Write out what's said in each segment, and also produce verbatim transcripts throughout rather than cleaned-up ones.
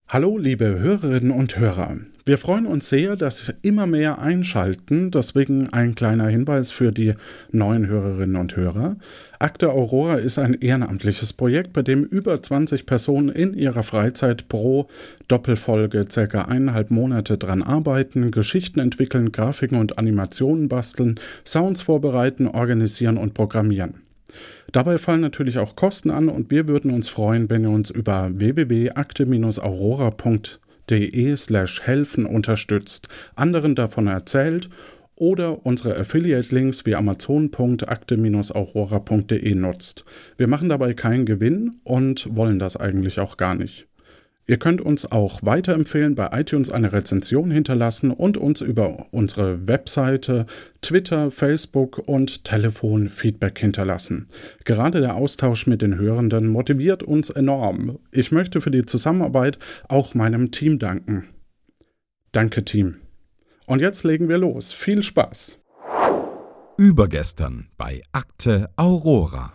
Hallo liebe Hörerinnen und Hörer. Wir freuen uns sehr, dass immer mehr einschalten, deswegen ein kleiner Hinweis für die neuen Hörerinnen und Hörer. Akte Aurora ist ein ehrenamtliches Projekt, bei dem über zwanzig Personen in ihrer Freizeit pro Doppelfolge circa eineinhalb Monate dran arbeiten, Geschichten entwickeln, Grafiken und Animationen basteln, Sounds vorbereiten, organisieren und programmieren. Dabei fallen natürlich auch Kosten an und wir würden uns freuen, wenn ihr uns über w w w punkt akte aurora punkt de slash helfen unterstützt, anderen davon erzählt oder unsere Affiliate-Links wie amazon punkt akte aurora punkt de nutzt. Wir machen dabei keinen Gewinn und wollen das eigentlich auch gar nicht. Ihr könnt uns auch weiterempfehlen, bei iTunes eine Rezension hinterlassen und uns über unsere Webseite, Twitter, Facebook und Telefon Feedback hinterlassen. Gerade der Austausch mit den Hörenden motiviert uns enorm. Ich möchte für die Zusammenarbeit auch meinem Team danken. Danke, Team. Und jetzt legen wir los. Viel Spaß. Übergestern bei Akte Aurora.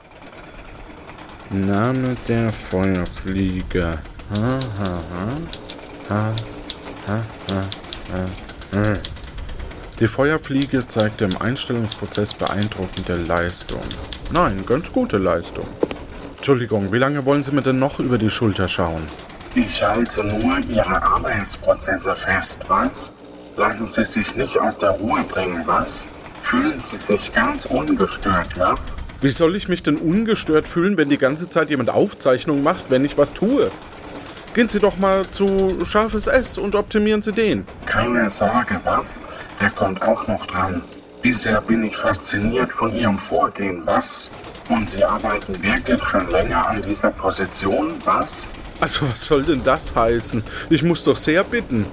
Name der Feuerfliege. Ha, ha, ha. Ha, ha, ha, ha. Die Feuerfliege zeigte im Einstellungsprozess beeindruckende Leistung. Nein, ganz gute Leistung. Entschuldigung, wie lange wollen Sie mir denn noch über die Schulter schauen? Ich halte nur Ihre Arbeitsprozesse fest, was? Lassen Sie sich nicht aus der Ruhe bringen, was? Fühlen Sie sich ganz ungestört, was? Wie soll ich mich denn ungestört fühlen, wenn die ganze Zeit jemand Aufzeichnungen macht, wenn ich was tue? Gehen Sie doch mal zu Scharfes S und optimieren Sie den. Keine Sorge, was? Der kommt auch noch dran. Bisher bin ich fasziniert von Ihrem Vorgehen, was? Und Sie arbeiten wirklich schon länger an dieser Position, was? Also was soll denn das heißen? Ich muss doch sehr bitten.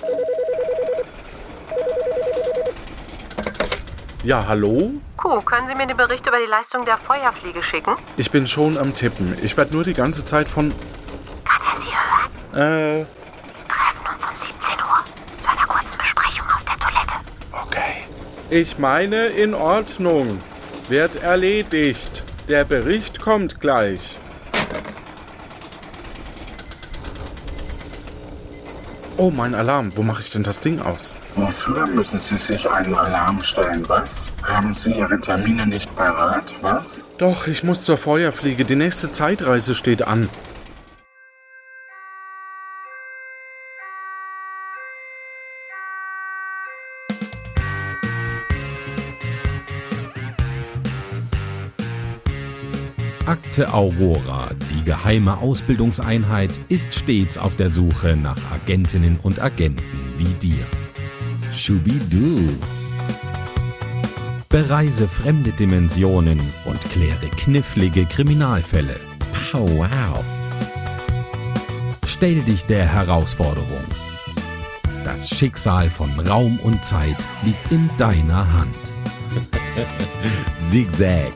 Ja, hallo? Kuh, können Sie mir den Bericht über die Leistung der Feuerfliege schicken? Ich bin schon am Tippen. Ich werde nur die ganze Zeit von... Kann er Sie hören? Äh... Treffen uns um siebzehn Uhr zu einer kurzen Besprechung auf der Toilette. Okay. Ich meine, in Ordnung. Wird erledigt. Der Bericht kommt gleich. Oh, mein Alarm. Wo mache ich denn das Ding aus? Wofür müssen Sie sich einen Alarm stellen, was? Haben Sie Ihre Termine nicht parat, was? Doch, ich muss zur Feuerfliege. Die nächste Zeitreise steht an. Akte Aurora, die geheime Ausbildungseinheit, ist stets auf der Suche nach Agentinnen und Agenten wie dir. Schubidu. Bereise fremde Dimensionen und kläre knifflige Kriminalfälle. Pow wow. Stell dich der Herausforderung. Das Schicksal von Raum und Zeit liegt in deiner Hand. Zigzag.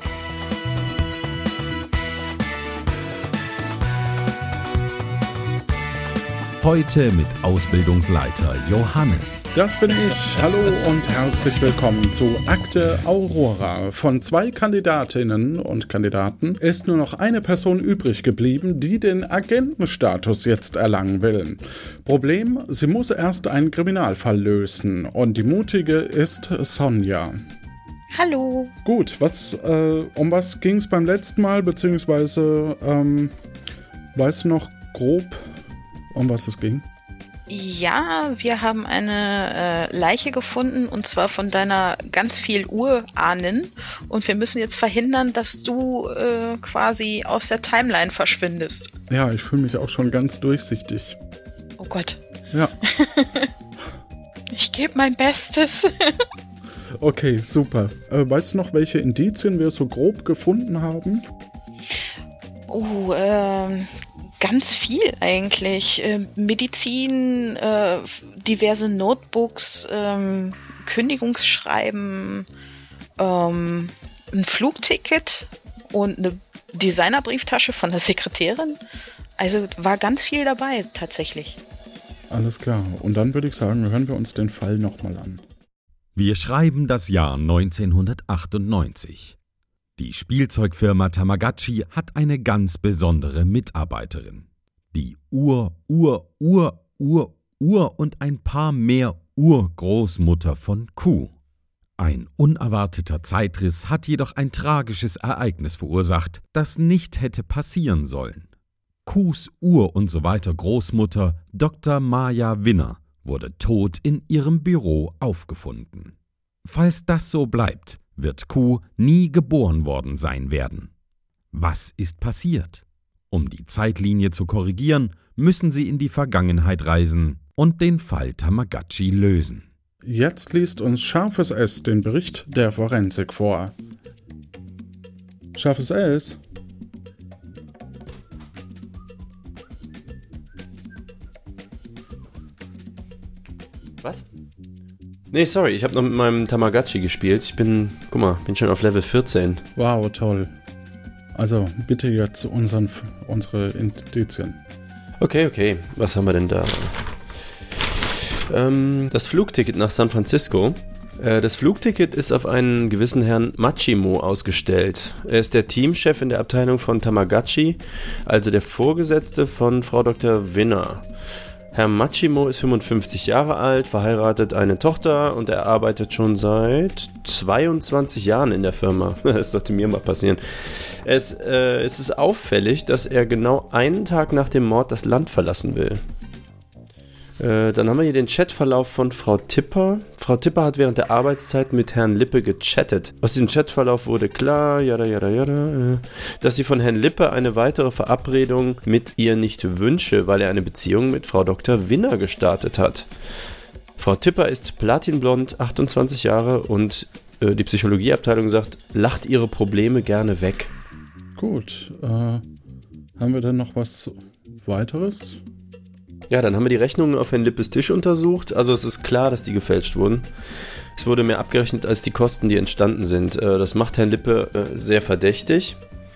Heute mit Ausbildungsleiter Johannes. Das bin ich. Hallo und herzlich willkommen zu Akte Aurora. Von zwei Kandidatinnen und Kandidaten ist nur noch eine Person übrig geblieben, die den Agentenstatus jetzt erlangen will. Problem, sie muss erst einen Kriminalfall lösen und die mutige ist Sonja. Hallo. Gut, was, äh, um was ging es beim letzten Mal, beziehungsweise, ähm, weißt du noch grob, um was es ging? Ja, wir haben eine äh, Leiche gefunden und zwar von deiner ganz viel Urahnen und wir müssen jetzt verhindern, dass du äh, quasi aus der Timeline verschwindest. Ja, ich fühle mich auch schon ganz durchsichtig. Oh Gott. Ja. Ich gebe mein Bestes. Okay, super. Äh, weißt du noch, welche Indizien wir so grob gefunden haben? Oh, ähm... Ganz viel eigentlich. Äh, Medizin, äh, diverse Notebooks, ähm, Kündigungsschreiben, ähm, ein Flugticket und eine Designerbrieftasche von der Sekretärin. Also war ganz viel dabei tatsächlich. Alles klar. Und dann würde ich sagen, hören wir uns den Fall nochmal an. Wir schreiben das Jahr neunzehnhundertachtundneunzig. Die Spielzeugfirma Tamagotchi hat eine ganz besondere Mitarbeiterin. Die Ur, Ur, Ur, Ur, Ur und ein paar mehr Urgroßmutter von Q. Ein unerwarteter Zeitriss hat jedoch ein tragisches Ereignis verursacht, das nicht hätte passieren sollen. Qs Ur- und so weiter Großmutter, Doktor Maya Winner, wurde tot in ihrem Büro aufgefunden. Falls das so bleibt, wird Q nie geboren worden sein werden. Was ist passiert? Um die Zeitlinie zu korrigieren, müssen sie in die Vergangenheit reisen und den Fall Tamagotchi lösen. Jetzt liest uns Scharfes S den Bericht der Forensik vor. Scharfes S? Was? Nee, sorry, ich habe noch mit meinem Tamagotchi gespielt. Ich bin, guck mal, bin schon auf Level vierzehn. Wow, toll. Also, bitte jetzt unseren, unsere Indizien. Okay, okay. Was haben wir denn da? Ähm, das Flugticket nach San Francisco. Äh, das Flugticket ist auf einen gewissen Herrn Machimo ausgestellt. Er ist der Teamchef in der Abteilung von Tamagotchi, also der Vorgesetzte von Frau Doktor Winner. Herr Machimo ist fünfundfünfzig Jahre alt, verheiratet, eine Tochter und er arbeitet schon seit zweiundzwanzig Jahren in der Firma. Das sollte mir mal passieren. Es, äh, es ist auffällig, dass er genau einen Tag nach dem Mord das Land verlassen will. Äh, dann haben wir hier den Chatverlauf von Frau Tipper. Frau Tipper hat während der Arbeitszeit mit Herrn Lippe gechattet. Aus diesem Chatverlauf wurde klar, jada, jada, jada, äh, dass sie von Herrn Lippe eine weitere Verabredung mit ihr nicht wünsche, weil er eine Beziehung mit Frau Doktor Winner gestartet hat. Frau Tipper ist platinblond, achtundzwanzig Jahre und äh, die Psychologieabteilung sagt, lacht ihre Probleme gerne weg. Gut, äh, haben wir denn noch was weiteres? Ja, dann haben wir die Rechnungen auf Herrn Lippes Tisch untersucht. Also es ist klar, dass die gefälscht wurden. Es wurde mehr abgerechnet als die Kosten, die entstanden sind. Äh, das macht Herrn Lippe äh, sehr verdächtig.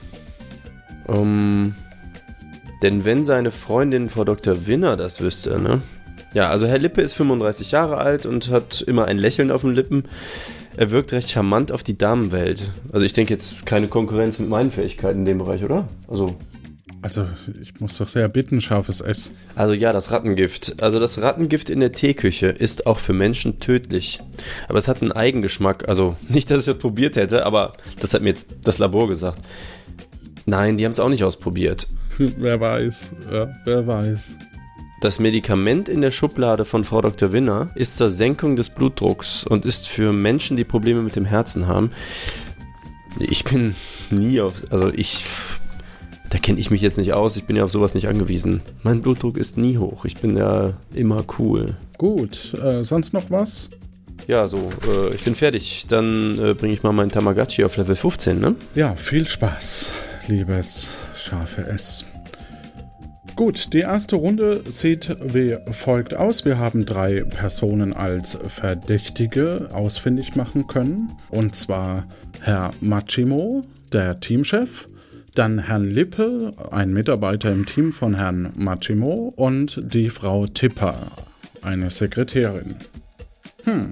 Um, denn wenn seine Freundin Frau Doktor Winner das wüsste, ne? Ja, also Herr Lippe ist fünfunddreißig Jahre alt und hat immer ein Lächeln auf den Lippen. Er wirkt recht charmant auf die Damenwelt. Also ich denke jetzt keine Konkurrenz mit meinen Fähigkeiten in dem Bereich, oder? Also... Also, ich muss doch sehr bitten, Scharfes S. Also ja, das Rattengift. Also das Rattengift in der Teeküche ist auch für Menschen tödlich. Aber es hat einen Eigengeschmack. Also nicht, dass ich das probiert hätte, aber das hat mir jetzt das Labor gesagt. Nein, die haben es auch nicht ausprobiert. Wer weiß, ja, wer weiß. Das Medikament in der Schublade von Frau Doktor Winner ist zur Senkung des Blutdrucks und ist für Menschen, die Probleme mit dem Herzen haben. Ich bin nie auf... Also ich... Da kenne ich mich jetzt nicht aus, ich bin ja auf sowas nicht angewiesen. Mein Blutdruck ist nie hoch, ich bin ja immer cool. Gut, äh, sonst noch was? Ja, so, äh, ich bin fertig. Dann äh, bringe ich mal meinen Tamagotchi auf Level fünfzehn, ne? Ja, viel Spaß, liebes Scharfe S. Gut, die erste Runde sieht wie folgt aus. Wir haben drei Personen als Verdächtige ausfindig machen können. Und zwar Herr Machimo, der Teamchef, dann Herrn Lippe, ein Mitarbeiter im Team von Herrn Machimo und die Frau Tipper, eine Sekretärin. Hm.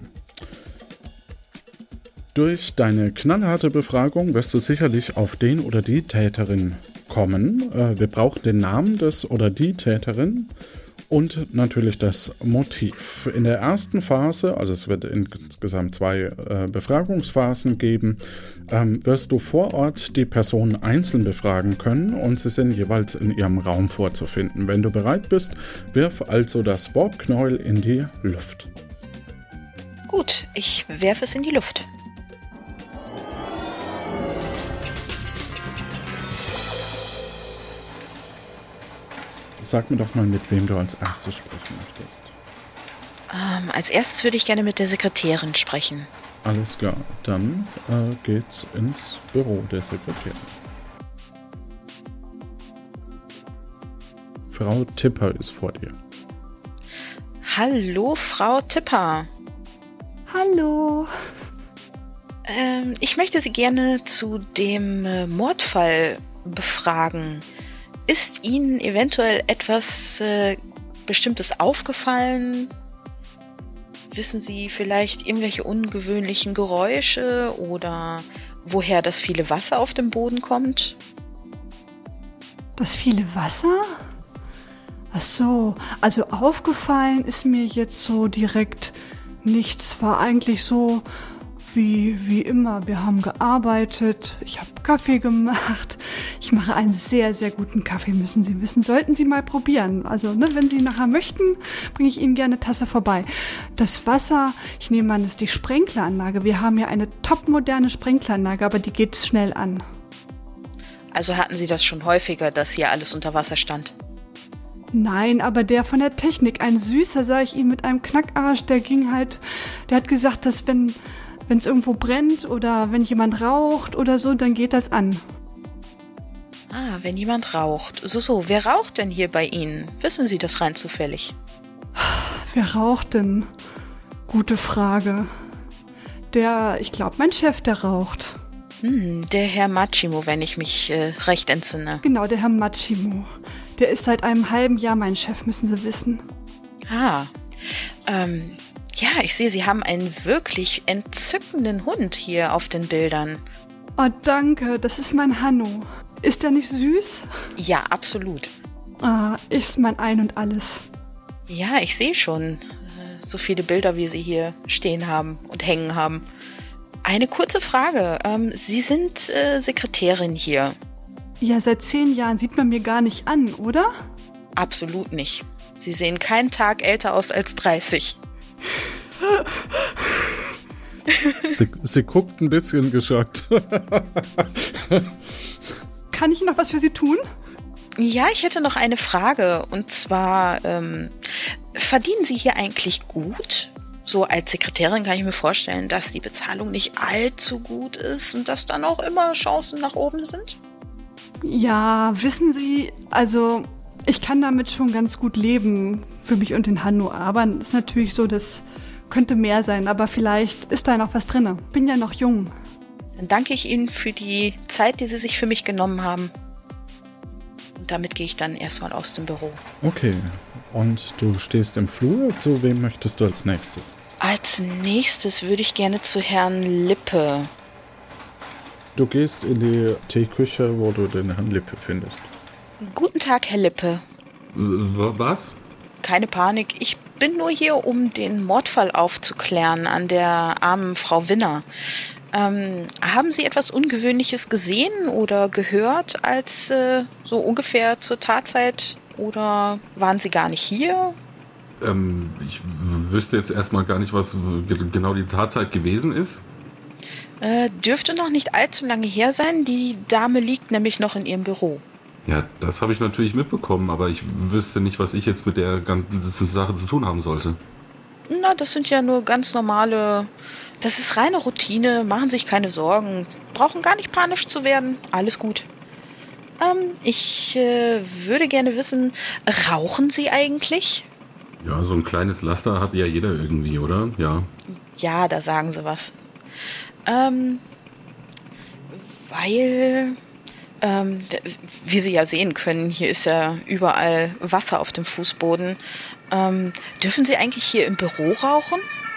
Durch deine knallharte Befragung wirst du sicherlich auf den oder die Täterin kommen. Äh, wir brauchen den Namen des oder die Täterin und natürlich das Motiv. In der ersten Phase, also es wird insgesamt zwei äh, Befragungsphasen geben, ähm, wirst du vor Ort die Personen einzeln befragen können und sie sind jeweils in ihrem Raum vorzufinden. Wenn du bereit bist, wirf also das Bohrknäuel in die Luft. Gut, ich werfe es in die Luft. Sag mir doch mal, mit wem du als erstes sprechen möchtest. Ähm, als erstes würde ich gerne mit der Sekretärin sprechen. Alles klar, dann äh, geht's ins Büro der Sekretärin. Frau Tipper ist vor dir. Hallo, Frau Tipper. Hallo. Ähm, ich möchte Sie gerne zu dem äh, Mordfall befragen. Ist Ihnen eventuell etwas äh, Bestimmtes aufgefallen? Wissen Sie vielleicht irgendwelche ungewöhnlichen Geräusche oder woher das viele Wasser auf dem Boden kommt? Das viele Wasser? Ach so, also aufgefallen ist mir jetzt so direkt nichts. War eigentlich so wie, wie immer. Wir haben gearbeitet, ich habe Kaffee gemacht. Ich mache einen sehr, sehr guten Kaffee, müssen Sie wissen. Sollten Sie mal probieren. Also, ne, wenn Sie nachher möchten, bringe ich Ihnen gerne eine Tasse vorbei. Das Wasser, ich nehme an, das ist die Sprinkleranlage. Wir haben ja eine topmoderne Sprinkleranlage, aber die geht schnell an. Also hatten Sie das schon häufiger, dass hier alles unter Wasser stand? Nein, aber der von der Technik, ein Süßer, sah ich ihn mit einem Knackarsch, der ging halt, der hat gesagt, dass wenn wenn es irgendwo brennt oder wenn jemand raucht oder so, dann geht das an. Ah, wenn jemand raucht. So, so, wer raucht denn hier bei Ihnen? Wissen Sie das rein zufällig? Wer raucht denn? Gute Frage. Der, ich glaube, mein Chef, der raucht. Hm, der Herr Machimo, wenn ich mich äh, recht entsinne. Genau, der Herr Machimo. Der ist seit einem halben Jahr mein Chef, müssen Sie wissen. Ah, ähm, ja, ich sehe, Sie haben einen wirklich entzückenden Hund hier auf den Bildern. Oh, danke, das ist mein Hanno. Ist der nicht süß? Ja, absolut. Ah, ist mein Ein und Alles. Ja, ich sehe schon äh, so viele Bilder, wie Sie hier stehen haben und hängen haben. Eine kurze Frage. Ähm, Sie sind äh, Sekretärin hier. Ja, seit zehn Jahren sieht man mir gar nicht an, oder? Absolut nicht. Sie sehen keinen Tag älter aus als dreißig. Sie, sie guckt ein bisschen geschockt. Kann ich noch was für Sie tun? Ja, ich hätte noch eine Frage. Und zwar, ähm, verdienen Sie hier eigentlich gut? So als Sekretärin kann ich mir vorstellen, dass die Bezahlung nicht allzu gut ist und dass dann auch immer Chancen nach oben sind? Ja, wissen Sie, also ich kann damit schon ganz gut leben für mich und den Hanno. Aber es ist natürlich so, das könnte mehr sein, aber vielleicht ist da noch was drin. Bin ja noch jung. Dann danke ich Ihnen für die Zeit, die Sie sich für mich genommen haben. Und damit gehe ich dann erstmal aus dem Büro. Okay, und du stehst im Flur. Zu wem möchtest du als nächstes? Als nächstes würde ich gerne zu Herrn Lippe. Du gehst in die Teeküche, wo du den Herrn Lippe findest. Guten Tag, Herr Lippe. Was? Keine Panik, ich bin nur hier, um den Mordfall aufzuklären an der armen Frau Winner. Ähm, haben Sie etwas Ungewöhnliches gesehen oder gehört als äh, so ungefähr zur Tatzeit oder waren Sie gar nicht hier? Ähm, ich wüsste jetzt erstmal gar nicht, was ge- genau die Tatzeit gewesen ist. Äh, dürfte noch nicht allzu lange her sein. Die Dame liegt nämlich noch in ihrem Büro. Ja, das habe ich natürlich mitbekommen, aber ich wüsste nicht, was ich jetzt mit der ganzen Sache zu tun haben sollte. Na, das sind ja nur ganz normale... Das ist reine Routine, machen sich keine Sorgen. Brauchen gar nicht panisch zu werden. Alles gut. Ähm, ich äh, würde gerne wissen, rauchen Sie eigentlich? Ja, so ein kleines Laster hat ja jeder irgendwie, oder? Ja. Ja, da sagen Sie was. Ähm, weil... Ähm, wie Sie ja sehen können, hier ist ja überall Wasser auf dem Fußboden. Ähm, dürfen Sie eigentlich hier im Büro rauchen?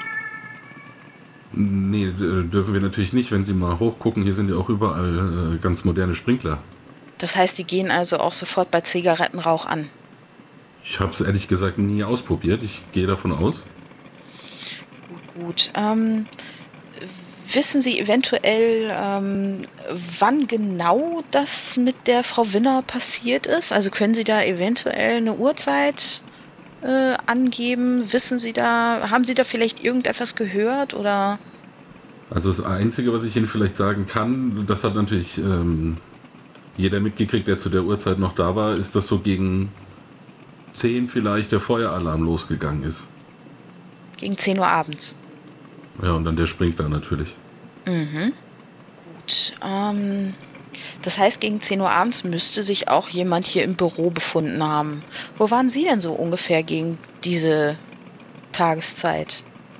Nee, dürfen wir natürlich nicht. Wenn Sie mal hochgucken, hier sind ja auch überall äh, ganz moderne Sprinkler. Das heißt, die gehen also auch sofort bei Zigarettenrauch an? Ich habe es ehrlich gesagt nie ausprobiert. Ich gehe davon aus. Gut, gut. Ähm, wissen Sie eventuell, ähm, wann genau das mit der Frau Winner passiert ist? Also können Sie da eventuell eine Uhrzeit äh, angeben? Wissen Sie da, haben Sie da vielleicht irgendetwas gehört oder? Also das Einzige, was ich Ihnen vielleicht sagen kann, das hat natürlich ähm, jeder mitgekriegt, der zu der Uhrzeit noch da war, ist, dass so gegen zehn vielleicht der Feueralarm losgegangen ist. Gegen zehn Uhr abends. Ja, und dann der Sprinkler natürlich. Mhm. Gut. Ähm, das heißt, gegen zehn Uhr abends müsste sich auch jemand hier im Büro befunden haben. Wo waren Sie denn so ungefähr gegen diese Tageszeit?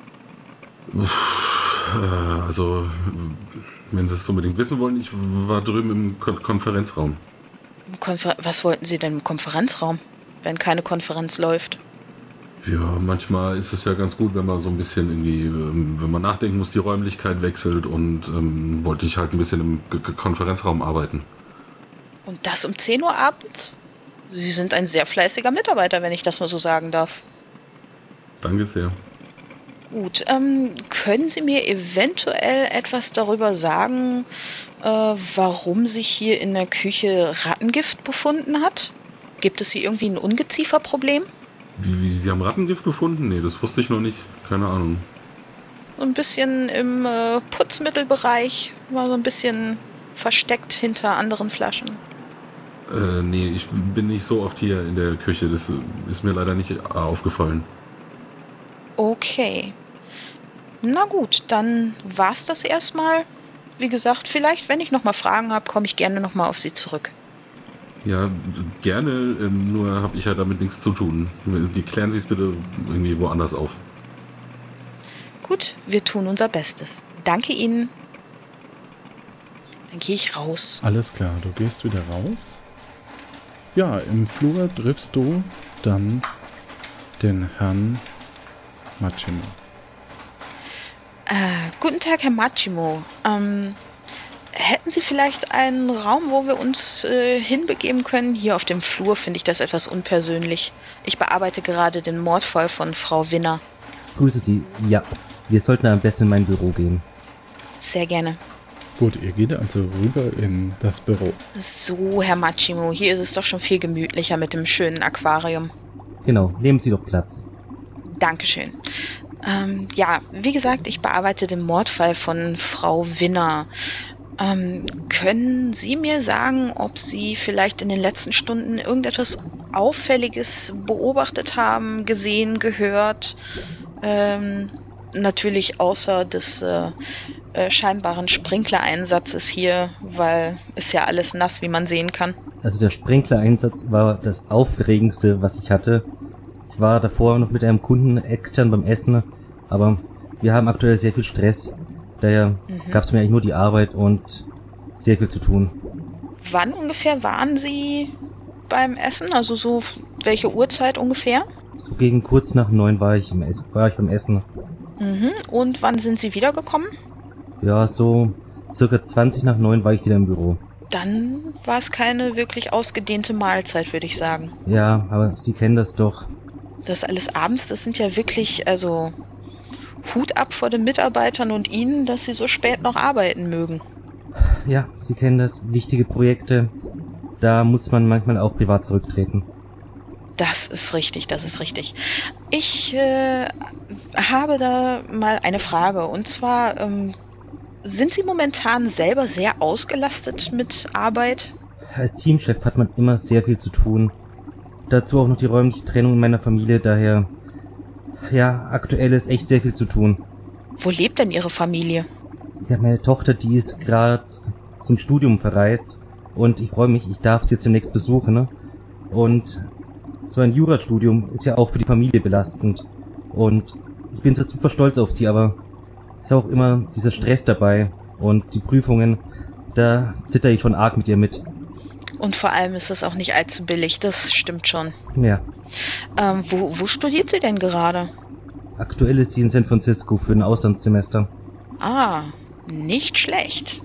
Also, wenn Sie es unbedingt wissen wollen, ich war drüben im Kon- Konferenzraum. Im Konfer- Was wollten Sie denn im Konferenzraum, wenn keine Konferenz läuft? Ja, manchmal ist es ja ganz gut, wenn man so ein bisschen irgendwie, ähm, wenn man nachdenken muss, die Räumlichkeit wechselt und ähm, wollte ich halt ein bisschen im G- G- Konferenzraum arbeiten. Und das um zehn Uhr abends? Sie sind ein sehr fleißiger Mitarbeiter, wenn ich das mal so sagen darf. Danke sehr. Gut, ähm, können Sie mir eventuell etwas darüber sagen, äh, warum sich hier in der Küche Rattengift befunden hat? Gibt es hier irgendwie ein Ungezieferproblem? Wie, wie, Sie haben Rattengift gefunden? Nee, das wusste ich noch nicht. Keine Ahnung. So ein bisschen im äh, Putzmittelbereich, war so ein bisschen versteckt hinter anderen Flaschen. Äh, nee, ich bin nicht so oft hier in der Küche. Das ist mir leider nicht aufgefallen. Okay. Na gut, dann war's das erstmal. Wie gesagt, vielleicht, wenn ich nochmal Fragen habe, komme ich gerne nochmal auf Sie zurück. Ja, gerne, ähm, nur habe ich ja damit nichts zu tun. Klären Sie es bitte irgendwie woanders auf. Gut, wir tun unser Bestes. Danke Ihnen. Dann gehe ich raus. Alles klar, du gehst wieder raus. Ja, im Flur triffst du dann den Herrn Machimo. Äh, guten Tag, Herr Machimo. Ähm, hätten Sie vielleicht einen Raum, wo wir uns äh, hinbegeben können? Hier auf dem Flur finde ich das etwas unpersönlich. Ich bearbeite gerade den Mordfall von Frau Winner. Grüße Sie. Ja, wir sollten am besten in mein Büro gehen. Sehr gerne. Gut, ihr geht also rüber in das Büro. So, Herr Machimo, hier ist es doch schon viel gemütlicher mit dem schönen Aquarium. Genau, nehmen Sie doch Platz. Dankeschön. Ähm, ja, wie gesagt, ich bearbeite den Mordfall von Frau Winner. Ähm, können Sie mir sagen, ob Sie vielleicht in den letzten Stunden irgendetwas Auffälliges beobachtet haben, gesehen, gehört? Ähm, natürlich außer des äh, äh, scheinbaren Sprinklereinsatzes hier, weil ist ja alles nass, wie man sehen kann. Also der Sprinklereinsatz war das Aufregendste, was ich hatte. Ich war davor noch mit einem Kunden extern beim Essen, aber wir haben aktuell sehr viel Stress. Daher mhm. gab es mir eigentlich nur die Arbeit und sehr viel zu tun. Wann ungefähr waren Sie beim Essen? Also so welche Uhrzeit ungefähr? So gegen kurz nach neun war ich, im Ess- war ich beim Essen. Mhm. Und wann sind Sie wiedergekommen? Ja, so circa zwanzig nach neun war ich wieder im Büro. Dann war es keine wirklich ausgedehnte Mahlzeit, würde ich sagen. Ja, aber Sie kennen das doch. Das alles abends, das sind ja wirklich, also Hut ab vor den Mitarbeitern und Ihnen, dass Sie so spät noch arbeiten mögen. Ja, Sie kennen das, wichtige Projekte, da muss man manchmal auch privat zurücktreten. Das ist richtig, das ist richtig. Ich äh, habe da mal eine Frage und zwar, ähm, sind Sie momentan selber sehr ausgelastet mit Arbeit? Als Teamchef hat man immer sehr viel zu tun. Dazu auch noch die räumliche Trennung in meiner Familie, daher, ja, aktuell ist echt sehr viel zu tun. Wo lebt denn Ihre Familie? Ja, meine Tochter, die ist gerade zum Studium verreist und ich freue mich, ich darf sie jetzt demnächst besuchen, ne? Und so ein Jurastudium ist ja auch für die Familie belastend und ich bin zwar super stolz auf sie, aber ist auch immer dieser Stress dabei und die Prüfungen, da zitter ich schon arg mit ihr mit. Und vor allem ist das auch nicht allzu billig, das stimmt schon. Ja. Ähm, wo, wo studiert sie denn gerade? Aktuell ist sie in San Francisco für ein Auslandssemester. Ah, nicht schlecht.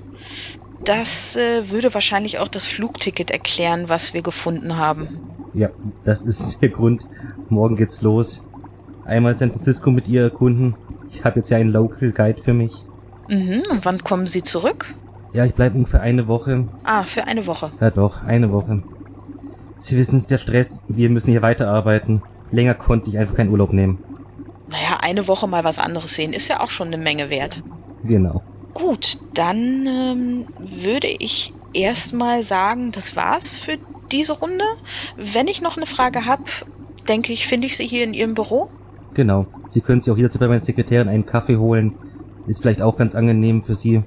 Das äh, würde wahrscheinlich auch das Flugticket erklären, was wir gefunden haben. Ja, das ist der Grund. Morgen geht's los. Einmal San Francisco mit ihr erkunden. Ich habe jetzt ja einen Local Guide für mich. Mhm, und wann kommen Sie zurück? Ja, ich bleibe ungefähr eine Woche. Ah, für eine Woche. Ja doch, eine Woche. Sie wissen, es ist der Stress. Wir müssen hier weiterarbeiten. Länger konnte ich einfach keinen Urlaub nehmen. Naja, eine Woche mal was anderes sehen, ist ja auch schon eine Menge wert. Genau. Gut, dann ähm, würde ich erstmal sagen, das war's für diese Runde. Wenn ich noch eine Frage habe, denke ich, finde ich sie hier in Ihrem Büro. Genau. Sie können sich auch jederzeit bei meiner Sekretärin einen Kaffee holen. Ist vielleicht auch ganz angenehm für Sie.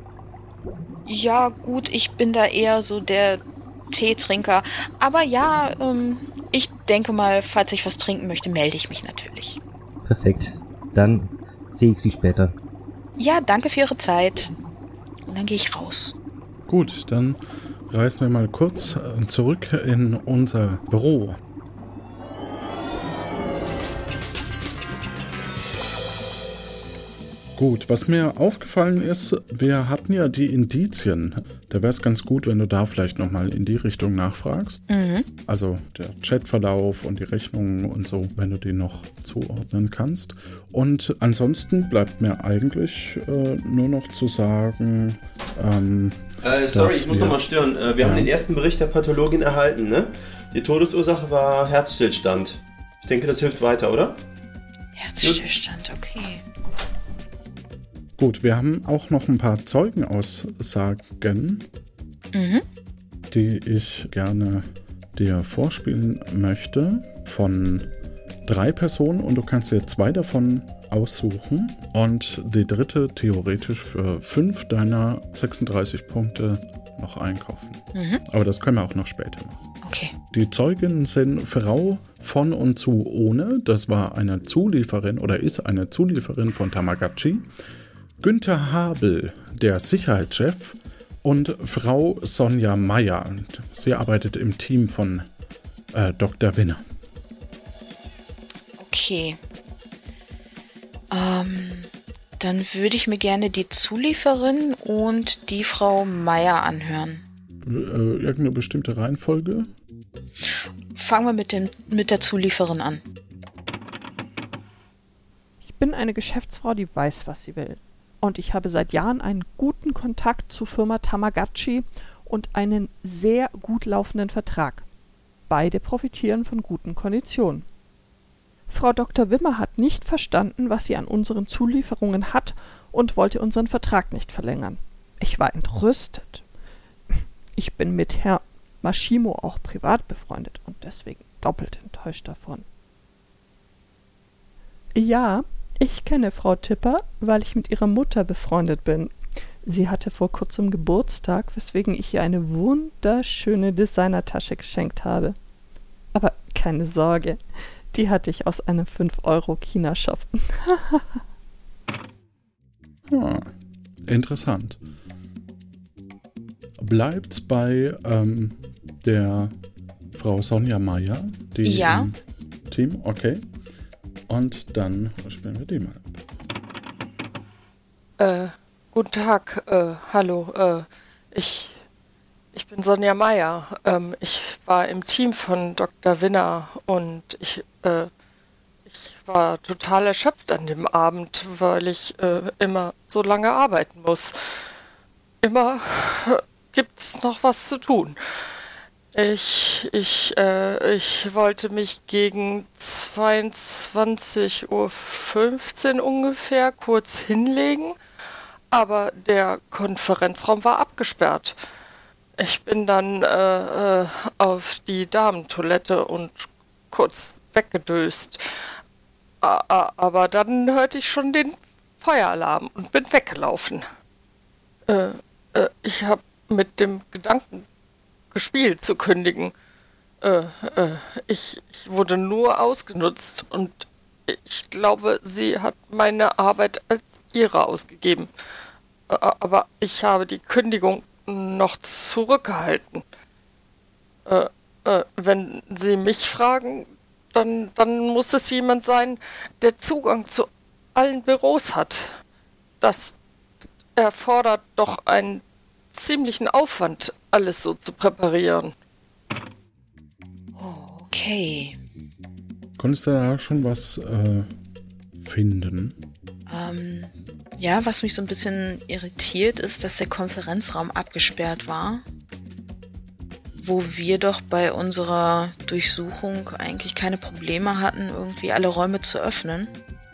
Ja, gut, ich bin da eher so der Teetrinker. Aber ja, ähm, ich denke mal, falls ich was trinken möchte, melde ich mich natürlich. Perfekt. Dann sehe ich Sie später. Ja, danke für Ihre Zeit. Und dann gehe ich raus. Gut, dann reisen wir mal kurz zurück in unser Büro. Gut, was mir aufgefallen ist, wir hatten ja die Indizien. Da wäre es ganz gut, wenn du da vielleicht nochmal in die Richtung nachfragst. Mhm. Also der Chatverlauf und die Rechnungen und so, wenn du die noch zuordnen kannst. Und ansonsten bleibt mir eigentlich äh, nur noch zu sagen... Ähm, äh, sorry, ich muss nochmal stören. Äh, wir ja. haben den ersten Bericht der Pathologin erhalten, ne? Die Todesursache war Herzstillstand. Ich denke, das hilft weiter, oder? Herzstillstand, okay. Gut, wir haben auch noch ein paar Zeugenaussagen, mhm. die ich gerne dir vorspielen möchte, von drei Personen und du kannst dir zwei davon aussuchen und die dritte theoretisch für fünf deiner sechsunddreißig Punkte noch einkaufen. Mhm. Aber das können wir auch noch später machen. Okay. Die Zeugen sind Frau von und zu Ohne, das war eine Zulieferin oder ist eine Zulieferin von Tamagotchi. Günther Habel, der Sicherheitschef, und Frau Sonja Meyer. Sie arbeitet im Team von äh, Doktor Winner. Okay. Ähm, dann würde ich mir gerne die Zulieferin und die Frau Meyer anhören. Äh, irgendeine bestimmte Reihenfolge? Fangen wir mit, dem, mit der Zulieferin an. Ich bin eine Geschäftsfrau, die weiß, was sie will. Und ich habe seit Jahren einen guten Kontakt zur Firma Tamagotchi und einen sehr gut laufenden Vertrag. Beide profitieren von guten Konditionen. Frau Doktor Wimmer hat nicht verstanden, was sie an unseren Zulieferungen hat und wollte unseren Vertrag nicht verlängern. Ich war entrüstet. Ich bin mit Herrn Mashimo auch privat befreundet und deswegen doppelt enttäuscht davon. Ja, ich kenne Frau Tipper, weil ich mit ihrer Mutter befreundet bin. Sie hatte vor kurzem Geburtstag, weswegen ich ihr eine wunderschöne Designertasche geschenkt habe. Aber keine Sorge, die hatte ich aus einem fünf Euro China-Shop. hm, interessant. Bleibt's bei ähm, der Frau Sonja Meyer, die ja. im Team, okay. Und dann spielen wir die mal. Äh, guten Tag, äh, hallo, äh, ich, ich bin Sonja Meyer. Ähm, ich war im Team von Doktor Winner und ich, äh, ich war total erschöpft an dem Abend, weil ich äh, immer so lange arbeiten muss. Immer äh, gibt's noch was zu tun. Ich, ich, äh, ich wollte mich gegen zweiundzwanzig Uhr fünfzehn ungefähr kurz hinlegen, aber der Konferenzraum war abgesperrt. Ich bin dann äh, äh, auf die Damentoilette und kurz weggedöst. Aber dann hörte ich schon den Feueralarm und bin weggelaufen. Äh, äh, ich habe mit dem Gedanken gespielt zu kündigen. Äh, äh, ich, ich wurde nur ausgenutzt und ich glaube, sie hat meine Arbeit als ihre ausgegeben. Äh, aber ich habe die Kündigung noch zurückgehalten. Äh, äh, wenn Sie mich fragen, dann, dann muss es jemand sein, der Zugang zu allen Büros hat. Das erfordert doch einen ziemlichen Aufwand, alles so zu präparieren. Okay. Konntest du da schon was äh, finden? Ähm, ja, was mich so ein bisschen irritiert, ist, dass der Konferenzraum abgesperrt war, wo wir doch bei unserer Durchsuchung eigentlich keine Probleme hatten, irgendwie alle Räume zu öffnen.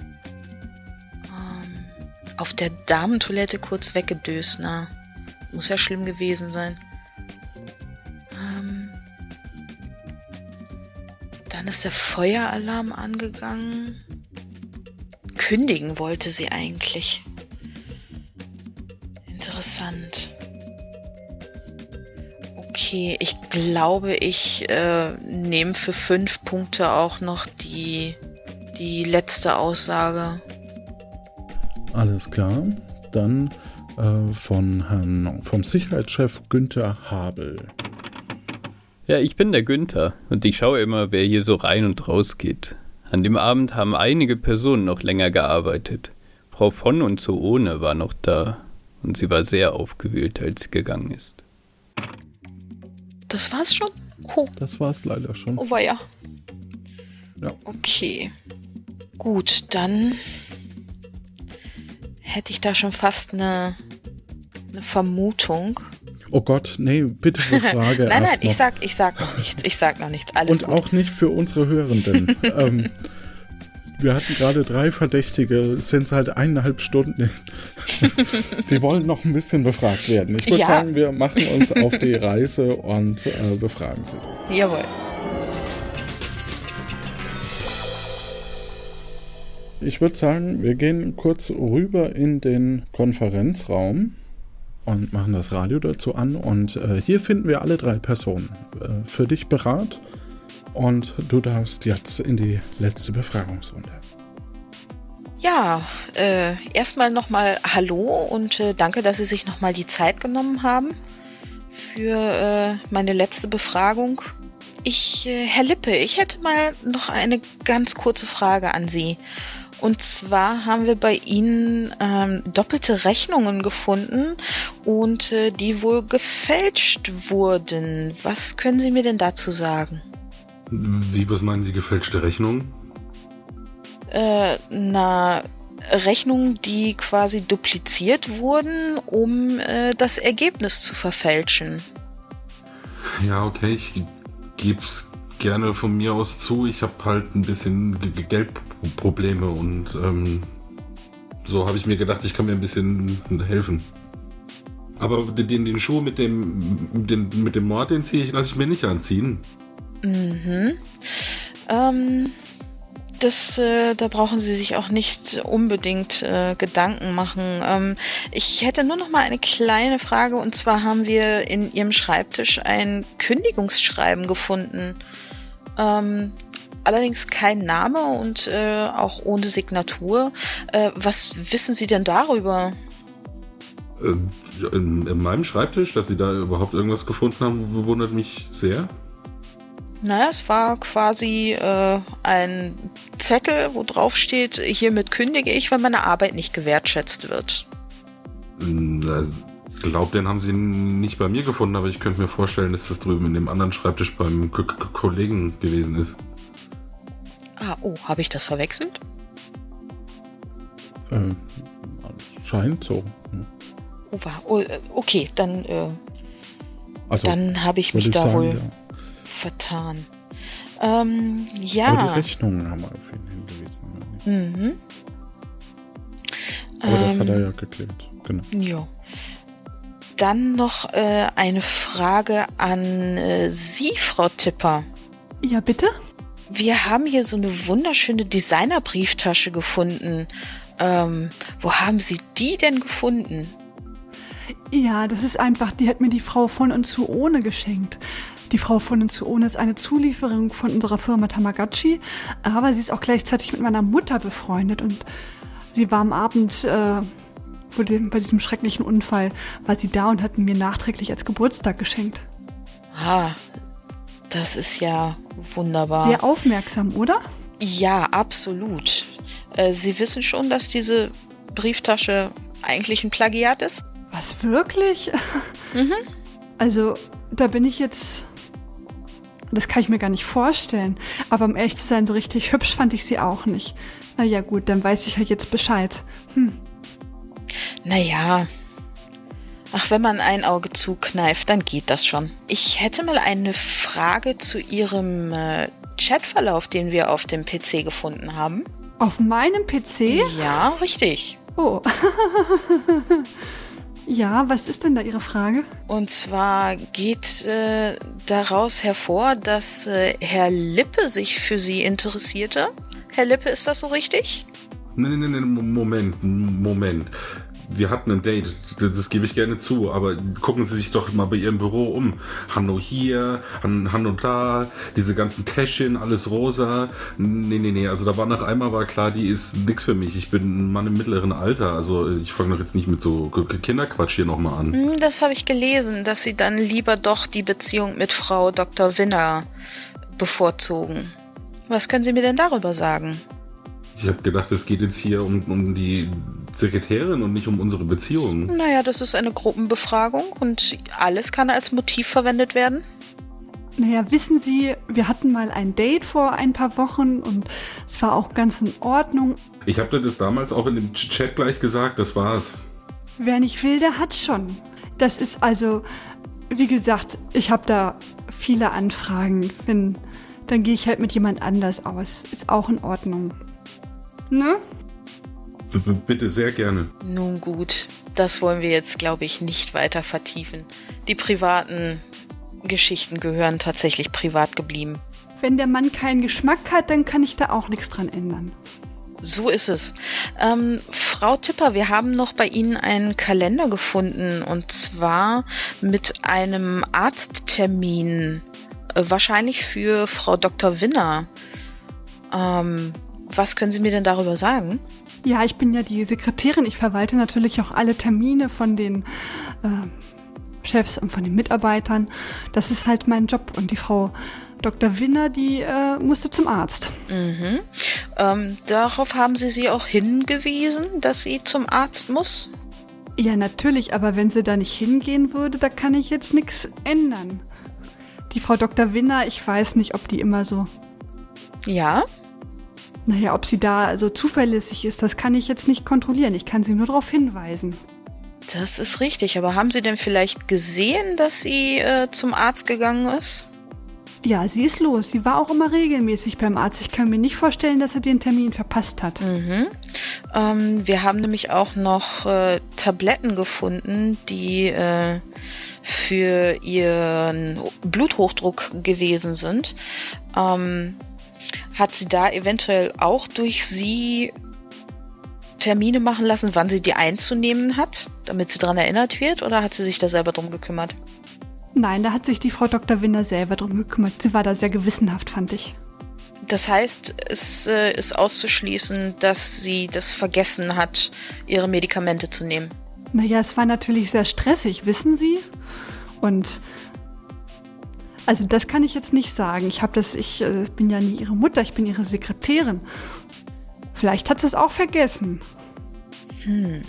Ähm, auf der Damentoilette kurz weggedöst, na. Muss ja schlimm gewesen sein. Ähm, dann ist der Feueralarm angegangen. Kündigen wollte sie eigentlich. Interessant. Okay, ich glaube, ich äh, nehme für fünf Punkte auch noch die, die letzte Aussage. Alles klar. Dann von Herrn, vom Sicherheitschef Günther Habel. Ja, ich bin der Günther und ich schaue immer, wer hier so rein und raus geht. An dem Abend haben einige Personen noch länger gearbeitet. Frau von und zu ohne war noch da. Und sie war sehr aufgewühlt, als sie gegangen ist. Das war's schon? Oh. Das war's leider schon. Oh, war ja. Ja. Okay. Gut, dann hätte ich da schon fast eine, eine Vermutung. Oh Gott, nee, bitte eine Frage. nein, nein, erst ich noch. sag, ich sag noch nichts. Ich sag noch nichts. Alles Und gut. auch nicht für unsere Hörenden. ähm, wir hatten gerade drei Verdächtige, es sind seit eineinhalb Stunden. Die wollen noch ein bisschen befragt werden. Ich würde Ja. sagen, wir machen uns auf die Reise und äh, befragen sie. Jawohl. Ich würde sagen, wir gehen kurz rüber in den Konferenzraum und machen das Radio dazu an. Und äh, hier finden wir alle drei Personen äh, für dich bereit. Und du darfst jetzt in die letzte Befragungsrunde. Ja, äh, erstmal nochmal Hallo und äh, danke, dass Sie sich nochmal die Zeit genommen haben für äh, meine letzte Befragung. Ich, äh, Herr Lippe, ich hätte mal noch eine ganz kurze Frage an Sie. Und zwar haben wir bei Ihnen ähm, doppelte Rechnungen gefunden und äh, die wohl gefälscht wurden. Was können Sie mir denn dazu sagen? Wie, was meinen Sie, gefälschte Rechnungen? Äh, na, Rechnungen, die quasi dupliziert wurden, um äh, das Ergebnis zu verfälschen. Ja, okay, ich gebe es gerne von mir aus zu. Ich habe halt ein bisschen G- G- Geldprobleme und ähm, so habe ich mir gedacht, ich kann mir ein bisschen helfen. Aber den, den Schuh mit dem, den, mit dem Mord, den ziehe ich, lasse ich mir nicht anziehen. Mhm. Ähm, das, äh, da brauchen Sie sich auch nicht unbedingt äh, Gedanken machen. Ähm, ich hätte nur noch mal eine kleine Frage, und zwar haben wir in Ihrem Schreibtisch ein Kündigungsschreiben gefunden. Ähm, allerdings kein Name und äh, auch ohne Signatur. Äh, was wissen Sie denn darüber? Äh, in, in meinem Schreibtisch, dass Sie da überhaupt irgendwas gefunden haben, wundert mich sehr. Naja, es war quasi äh, ein Zettel, wo drauf steht, hiermit kündige ich, wenn meine Arbeit nicht gewertschätzt wird. Ich glaube, den haben Sie nicht bei mir gefunden, aber ich könnte mir vorstellen, dass das drüben in dem anderen Schreibtisch beim K- K- Kollegen gewesen ist. Ah, oh, habe ich das verwechselt? Äh, scheint so. Ja. Oh, war, oh, okay, dann, äh, Also, dann habe ich mich würde ich da sagen, wohl ja. vertan. Ähm, Aber ja. die Rechnungen haben wir auf ihn hingewiesen. Ja. Mhm. Aber das Ähm, hat er ja geklärt. Genau. Ja. Dann noch äh, eine Frage an äh, Sie, Frau Tipper. Ja, bitte? Wir haben hier so eine wunderschöne Designerbrieftasche gefunden. Ähm, wo haben Sie die denn gefunden? Ja, das ist einfach, die hat mir die Frau von und zu ohne geschenkt. Die Frau von und zu ohne ist eine Zulieferung von unserer Firma Tamagotchi, aber sie ist auch gleichzeitig mit meiner Mutter befreundet und sie war am Abend äh, vor dem, bei diesem schrecklichen Unfall, war sie da und hat mir nachträglich als Geburtstag geschenkt. Ah, das ist ja wunderbar. Sehr aufmerksam, oder? Ja, absolut. Äh, Sie wissen schon, dass diese Brieftasche eigentlich ein Plagiat ist? Was, wirklich? Mhm. Also, da bin ich jetzt... Das kann ich mir gar nicht vorstellen. Aber um ehrlich zu sein, so richtig hübsch fand ich sie auch nicht. Na ja, gut, dann weiß ich ja jetzt Bescheid. Hm. Naja. Ach, wenn man ein Auge zukneift, dann geht das schon. Ich hätte mal eine Frage zu Ihrem äh, Chatverlauf, den wir auf dem P C gefunden haben. Auf meinem P C? Ja, richtig. Oh. Ja, was ist denn da Ihre Frage? Und zwar geht äh, daraus hervor, dass äh, Herr Lippe sich für Sie interessierte. Herr Lippe, ist das so richtig? Nee, nee, nee, Moment, Moment. Wir hatten ein Date, das, das gebe ich gerne zu, aber gucken Sie sich doch mal bei Ihrem Büro um. Hanno hier, Han, Hanno da, diese ganzen Täschchen, alles rosa. Nee, nee, nee, also da war nach einmal war klar, die ist nix für mich. Ich bin ein Mann im mittleren Alter, also ich fange doch jetzt nicht mit so Kinderquatsch hier nochmal an. Hm, das habe ich gelesen, dass Sie dann lieber doch die Beziehung mit Frau Doktor Winner bevorzugen. Was können Sie mir denn darüber sagen? Ich habe gedacht, es geht jetzt hier um, um die Sekretärin und nicht um unsere Beziehung. Naja, das ist eine Gruppenbefragung und alles kann als Motiv verwendet werden. Naja, wissen Sie, wir hatten mal ein Date vor ein paar Wochen und es war auch ganz in Ordnung. Ich habe dir das damals auch in dem Chat gleich gesagt, das war's. Wer nicht will, der hat schon. Das ist also, wie gesagt, ich habe da viele Anfragen. Wenn, dann gehe ich halt mit jemand anders aus. Ist auch in Ordnung. Ne? B- bitte, sehr gerne. Nun gut, das wollen wir jetzt, glaube ich, nicht weiter vertiefen. Die privaten Geschichten gehören tatsächlich privat geblieben. Wenn der Mann keinen Geschmack hat, dann kann ich da auch nichts dran ändern. So ist es. Ähm, Frau Tipper, wir haben noch bei Ihnen einen Kalender gefunden und zwar mit einem Arzttermin, äh, wahrscheinlich für Frau Doktor Winner. Ähm, was können Sie mir denn darüber sagen? Ja, ich bin ja die Sekretärin. Ich verwalte natürlich auch alle Termine von den äh, Chefs und von den Mitarbeitern. Das ist halt mein Job. Und die Frau Doktor Winner, die äh, musste zum Arzt. Mhm. Ähm, darauf haben Sie sie auch hingewiesen, dass sie zum Arzt muss? Ja, natürlich. Aber wenn sie da nicht hingehen würde, da kann ich jetzt nichts ändern. Die Frau Doktor Winner, ich weiß nicht, ob die immer so... Ja? Naja, ob sie da so zuverlässig ist, das kann ich jetzt nicht kontrollieren. Ich kann sie nur darauf hinweisen. Das ist richtig, aber haben Sie denn vielleicht gesehen, dass sie äh, zum Arzt gegangen ist? Ja, sie ist los. Sie war auch immer regelmäßig beim Arzt. Ich kann mir nicht vorstellen, dass er den Termin verpasst hat. Mhm. Ähm, wir haben nämlich auch noch äh, Tabletten gefunden, die äh, für ihren Bluthochdruck gewesen sind. Ähm, hat sie da eventuell auch durch Sie Termine machen lassen, wann sie die einzunehmen hat, damit sie daran erinnert wird, oder hat sie sich da selber drum gekümmert? Nein, da hat sich die Frau Doktor Winner selber drum gekümmert. Sie war da sehr gewissenhaft, fand ich. Das heißt, es äh, ist auszuschließen, dass sie das vergessen hat, ihre Medikamente zu nehmen. Naja, es war natürlich sehr stressig, wissen Sie? Und also das kann ich jetzt nicht sagen. Ich habe das, ich äh, bin ja nie ihre Mutter, ich bin ihre Sekretärin. Vielleicht hat sie es auch vergessen. Hm.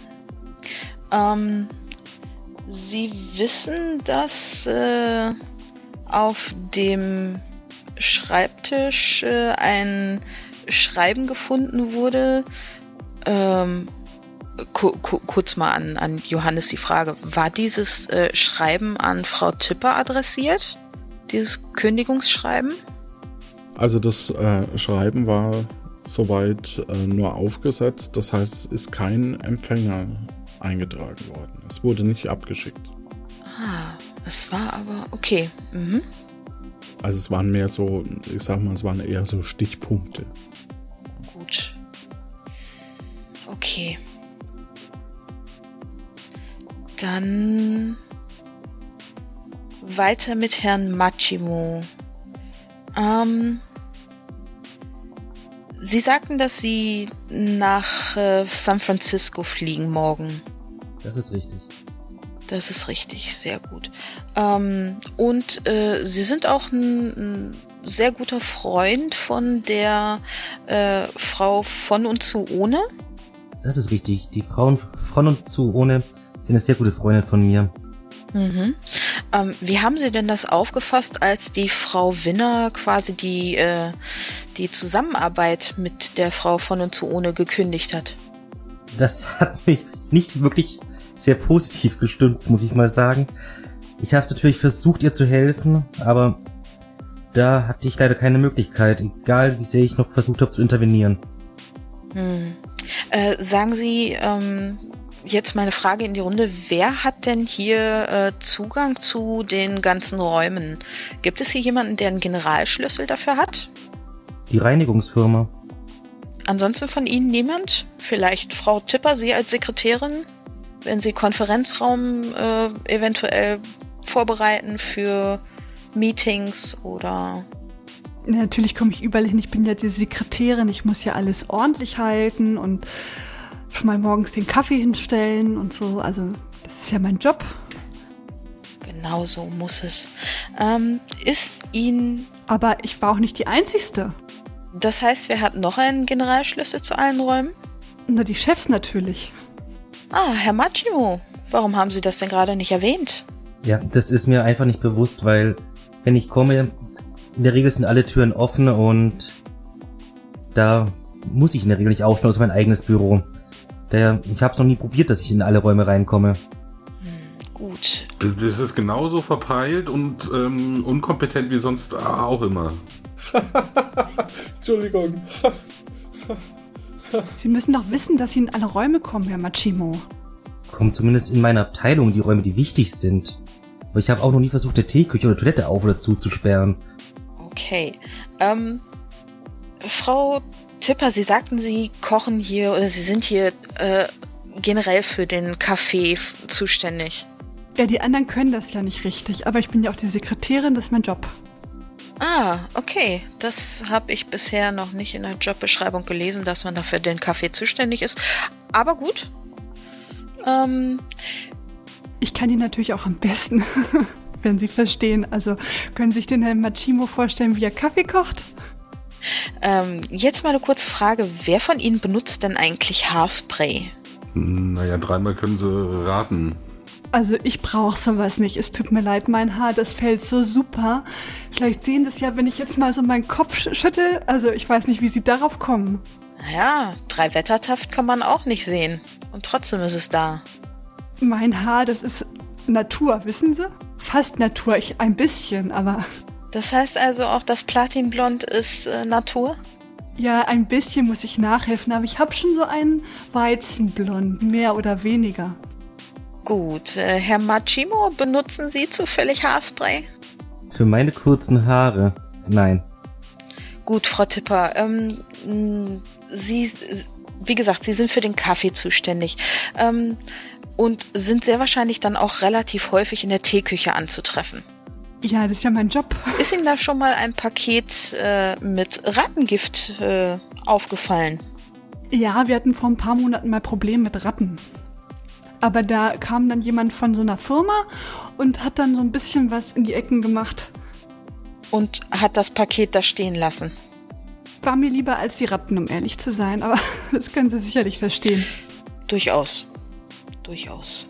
Ähm, Sie wissen, dass äh, auf dem Schreibtisch äh, ein Schreiben gefunden wurde. Ähm, ku- ku- kurz mal an, an Johannes die Frage. War dieses äh, Schreiben an Frau Tipper adressiert? Dieses Kündigungsschreiben? Also das äh, Schreiben war soweit äh, nur aufgesetzt, das heißt, es ist kein Empfänger eingetragen worden. Es wurde nicht abgeschickt. Ah, es war aber okay. Mhm. Also es waren mehr so, ich sag mal, es waren eher so Stichpunkte. Gut. Okay. Dann weiter mit Herrn Machimo. Ähm, Sie sagten, dass Sie nach äh, San Francisco fliegen morgen. Das ist richtig. Das ist richtig, sehr gut. Ähm, und äh, Sie sind auch ein, ein sehr guter Freund von der äh, Frau von und zu ohne? Das ist richtig. Die Frauen von und zu ohne sind eine sehr gute Freundin von mir. Mhm. Ähm, wie haben Sie denn das aufgefasst, als die Frau Winner quasi die, äh, die Zusammenarbeit mit der Frau von und zu ohne gekündigt hat? Das hat mich nicht wirklich sehr positiv gestimmt, muss ich mal sagen. Ich habe natürlich versucht, ihr zu helfen, aber da hatte ich leider keine Möglichkeit, egal wie sehr ich noch versucht habe zu intervenieren. Hm. Äh, sagen Sie, ähm, jetzt meine Frage in die Runde, wer hat denn hier äh, Zugang zu den ganzen Räumen? Gibt es hier jemanden, der einen Generalschlüssel dafür hat? Die Reinigungsfirma. Ansonsten von Ihnen niemand? Vielleicht Frau Tipper, Sie als Sekretärin? Wenn Sie Konferenzraum äh, eventuell vorbereiten für Meetings oder... Natürlich komme ich überall hin. Ich bin ja die Sekretärin. Ich muss ja alles ordentlich halten und schon mal morgens den Kaffee hinstellen und so. Also das ist ja mein Job. Genau so muss es. Ähm, ist Ihnen... Aber ich war auch nicht die Einzigste. Das heißt, wer hat noch einen Generalschlüssel zu allen Räumen? Na, die Chefs natürlich. Ah, Herr Machimo, warum haben Sie das denn gerade nicht erwähnt? Ja, das ist mir einfach nicht bewusst, weil wenn ich komme, in der Regel sind alle Türen offen und da muss ich in der Regel nicht aufschauen, das ist mein eigenes Büro. Daher, ich habe es noch nie probiert, dass ich in alle Räume reinkomme. Hm, gut. Das, das ist genauso verpeilt und ähm, unkompetent wie sonst auch immer. Entschuldigung. Sie müssen doch wissen, dass Sie in alle Räume kommen, Herr Machimo. Kommen zumindest in meiner Abteilung die Räume, die wichtig sind. Aber ich habe auch noch nie versucht, eine Teeküche oder Toilette auf- oder zuzusperren. Okay. Ähm, Frau Tipper, Sie sagten, Sie kochen hier oder Sie sind hier äh, generell für den Kaffee f- zuständig. Ja, die anderen können das ja nicht richtig, aber ich bin ja auch die Sekretärin, das ist mein Job. Ah, okay. Das habe ich bisher noch nicht in der Jobbeschreibung gelesen, dass man dafür den Kaffee zuständig ist. Aber gut. Ähm, Ich kann ihn natürlich auch am besten, wenn Sie verstehen. Also können Sie sich den Herrn Machimo vorstellen, wie er Kaffee kocht? ähm, jetzt mal eine kurze Frage. Wer von Ihnen benutzt denn eigentlich Haarspray? Naja, dreimal können sie raten. Also ich brauche sowas nicht. Es tut mir leid, mein Haar, das fällt so super. Vielleicht sehen das ja, wenn ich jetzt mal so meinen Kopf sch- schüttel. Also ich weiß nicht, wie Sie darauf kommen. Naja, drei Wettertaft kann man auch nicht sehen. Und trotzdem ist es da. Mein Haar, das ist Natur, wissen Sie? Fast Natur, ich ein bisschen, aber... Das heißt also auch, das Platinblond ist äh, Natur? Ja, ein bisschen muss ich nachhelfen, aber ich habe schon so einen Weizenblond, mehr oder weniger. Gut, äh, Herr Machimo, benutzen Sie zufällig Haarspray? Für meine kurzen Haare, nein. Gut, Frau Tipper, ähm, mh, Sie, wie gesagt, Sie sind für den Kaffee zuständig ähm, und sind sehr wahrscheinlich dann auch relativ häufig in der Teeküche anzutreffen. Ja, das ist ja mein Job. Ist Ihnen da schon mal ein Paket äh, mit Rattengift äh, aufgefallen? Ja, wir hatten vor ein paar Monaten mal Probleme mit Ratten. Aber da kam dann jemand von so einer Firma und hat dann so ein bisschen was in die Ecken gemacht. Und hat das Paket da stehen lassen? War mir lieber als die Ratten, um ehrlich zu sein, aber das können Sie sicherlich verstehen. Durchaus. Durchaus.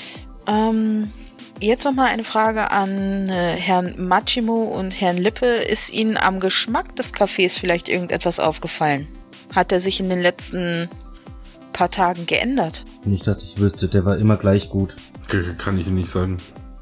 Ähm, jetzt nochmal eine Frage an äh, Herrn Machimo und Herrn Lippe. Ist Ihnen am Geschmack des Kaffees vielleicht irgendetwas aufgefallen? Hat er sich in den letzten paar Tagen geändert? Nicht, dass ich wüsste, der war immer gleich gut. Kann ich Ihnen nicht sagen.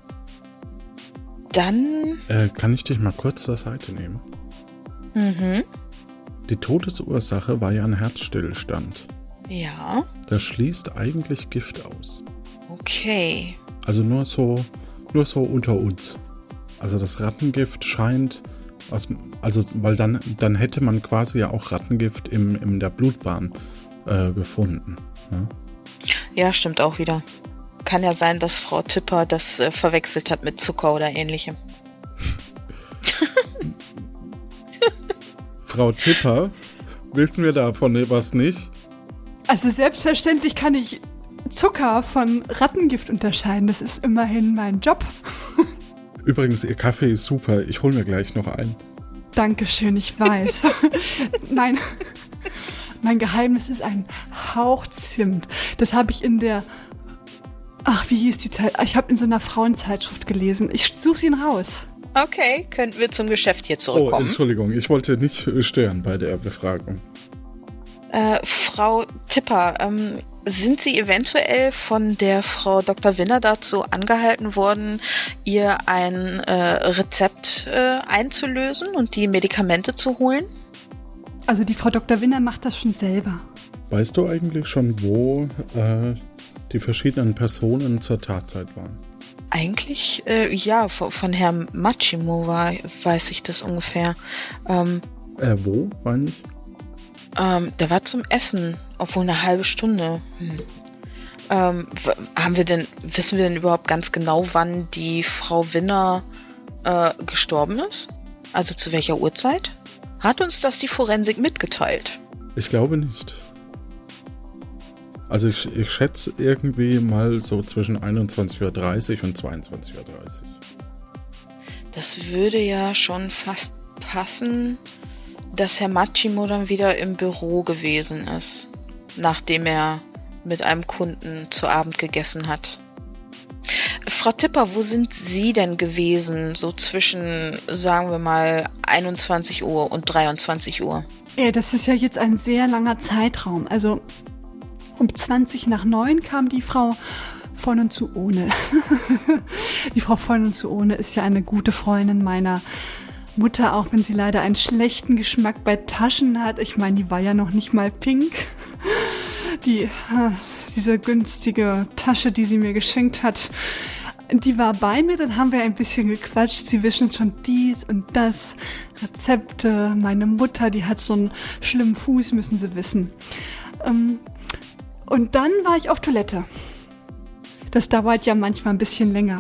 Dann... Äh, kann ich dich mal kurz zur Seite nehmen? Mhm. Die Todesursache war ja ein Herzstillstand. Ja. Das schließt eigentlich Gift aus. Okay. Also nur so, nur so unter uns. Also das Rattengift scheint, aus, also weil dann, dann hätte man quasi ja auch Rattengift im, in der Blutbahn äh, gefunden. Ne? Ja, stimmt auch wieder. Kann ja sein, dass Frau Tipper das äh, verwechselt hat mit Zucker oder ähnlichem. Frau Tipper, wissen wir davon was nicht? Also selbstverständlich kann ich Zucker von Rattengift unterscheiden. Das ist immerhin mein Job. Übrigens, Ihr Kaffee ist super. Ich hole mir gleich noch einen. Dankeschön, ich weiß. Nein, mein Geheimnis ist ein Hauch Zimt. Das habe ich in der... Ach, wie hieß die Zeit? Ich habe in so einer Frauenzeitschrift gelesen. Ich suche ihn raus. Okay, könnten wir zum Geschäft hier Oh, zurückkommen. Entschuldigung, ich wollte nicht stören bei der Befragung. Äh, Frau Tipper, ähm, sind Sie eventuell von der Frau Doktor Winner dazu angehalten worden, ihr ein äh, Rezept äh, einzulösen und die Medikamente zu holen? Also die Frau Doktor Winner macht das schon selber. Weißt du eigentlich schon, wo äh, die verschiedenen Personen zur Tatzeit waren? Eigentlich, äh, ja, von, von Herrn Machimo war, weiß ich das ungefähr. Ähm, Äh, wo, meine ich? ähm, der war zum Essen, obwohl eine halbe Stunde. Hm. Ähm, w- haben wir denn, wissen wir denn überhaupt ganz genau, wann die Frau Winner äh, gestorben ist? Also zu welcher Uhrzeit? Hat uns das die Forensik mitgeteilt? Ich glaube nicht. Also ich, ich schätze irgendwie mal so zwischen einundzwanzig Uhr dreißig und zweiundzwanzig Uhr dreißig. Das würde ja schon fast passen, dass Herr Machimo dann wieder im Büro gewesen ist, nachdem er mit einem Kunden zu Abend gegessen hat. Frau Tipper, wo sind Sie denn gewesen, so zwischen, sagen wir mal, einundzwanzig Uhr und dreiundzwanzig Uhr? Ja, das ist ja jetzt ein sehr langer Zeitraum. Also um zwanzig nach neun kam die Frau von und zu ohne. Die Frau von und zu ohne ist ja eine gute Freundin meiner Mutter, auch wenn sie leider einen schlechten Geschmack bei Taschen hat. Ich meine, die war ja noch nicht mal pink. Die, diese günstige Tasche, die sie mir geschenkt hat, die war bei mir. Dann haben wir ein bisschen gequatscht. Sie wissen schon dies und das, Rezepte. Meine Mutter, die hat so einen schlimmen Fuß, müssen Sie wissen. Und dann war ich auf Toilette. Das dauert ja manchmal ein bisschen länger.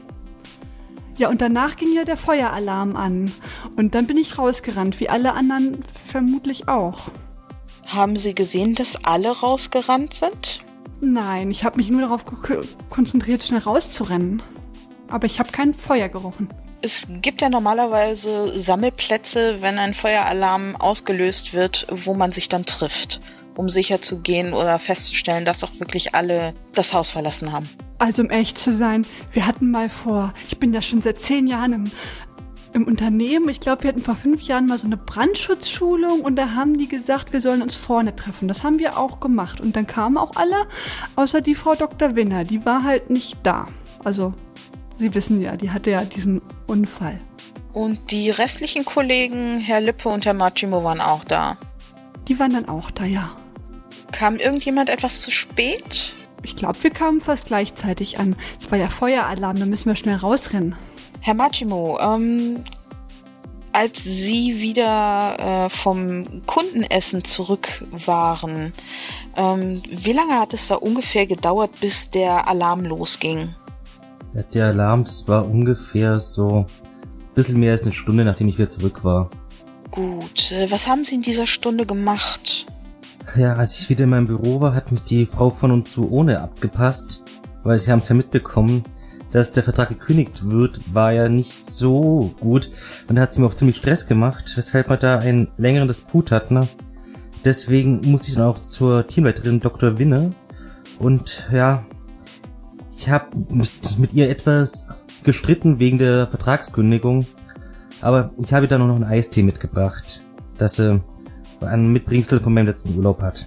Ja, und danach ging ja der Feueralarm an. Und dann bin ich rausgerannt, wie alle anderen vermutlich auch. Haben Sie gesehen, dass alle rausgerannt sind? Nein, ich habe mich nur darauf ge- konzentriert, schnell rauszurennen. Aber ich habe kein Feuer gerochen. Es gibt ja normalerweise Sammelplätze, wenn ein Feueralarm ausgelöst wird, wo man sich dann trifft, um sicher zu gehen oder festzustellen, dass auch wirklich alle das Haus verlassen haben. Also um ehrlich zu sein, wir hatten mal vor, ich bin ja schon seit zehn Jahren im, im Unternehmen, ich glaube, wir hatten vor fünf Jahren mal so eine Brandschutzschulung und da haben die gesagt, wir sollen uns vorne treffen. Das haben wir auch gemacht und dann kamen auch alle, außer die Frau Doktor Winner, die war halt nicht da. Also, Sie wissen ja, die hatte ja diesen Unfall. Und die restlichen Kollegen, Herr Lippe und Herr Machimo, waren auch da? Die waren dann auch da, ja. Kam irgendjemand etwas zu spät? Ich glaube, wir kamen fast gleichzeitig an. Es war ja Feueralarm, da müssen wir schnell rausrennen. Herr Machimo, ähm, als Sie wieder äh, vom Kundenessen zurück waren, ähm, wie lange hat es da ungefähr gedauert, bis der Alarm losging? Ja, der Alarm, das war ungefähr so ein bisschen mehr als eine Stunde, nachdem ich wieder zurück war. Gut, äh, was haben Sie in dieser Stunde gemacht? Ja, als ich wieder in meinem Büro war, hat mich die Frau von und zu ohne abgepasst, weil sie haben es ja mitbekommen, dass der Vertrag gekündigt wird, war ja nicht so gut und da hat sie mir auch ziemlich Stress gemacht, weshalb wir da einen längeren Disput hatten. Ne? Deswegen musste ich dann auch zur Teamleiterin Doktor Winne und ja, ich habe mit, mit ihr etwas gestritten wegen der Vertragskündigung, aber ich habe ihr dann noch einen Eistee mitgebracht, dass sie ein Mitbringsel von meinem letzten Urlaub hat.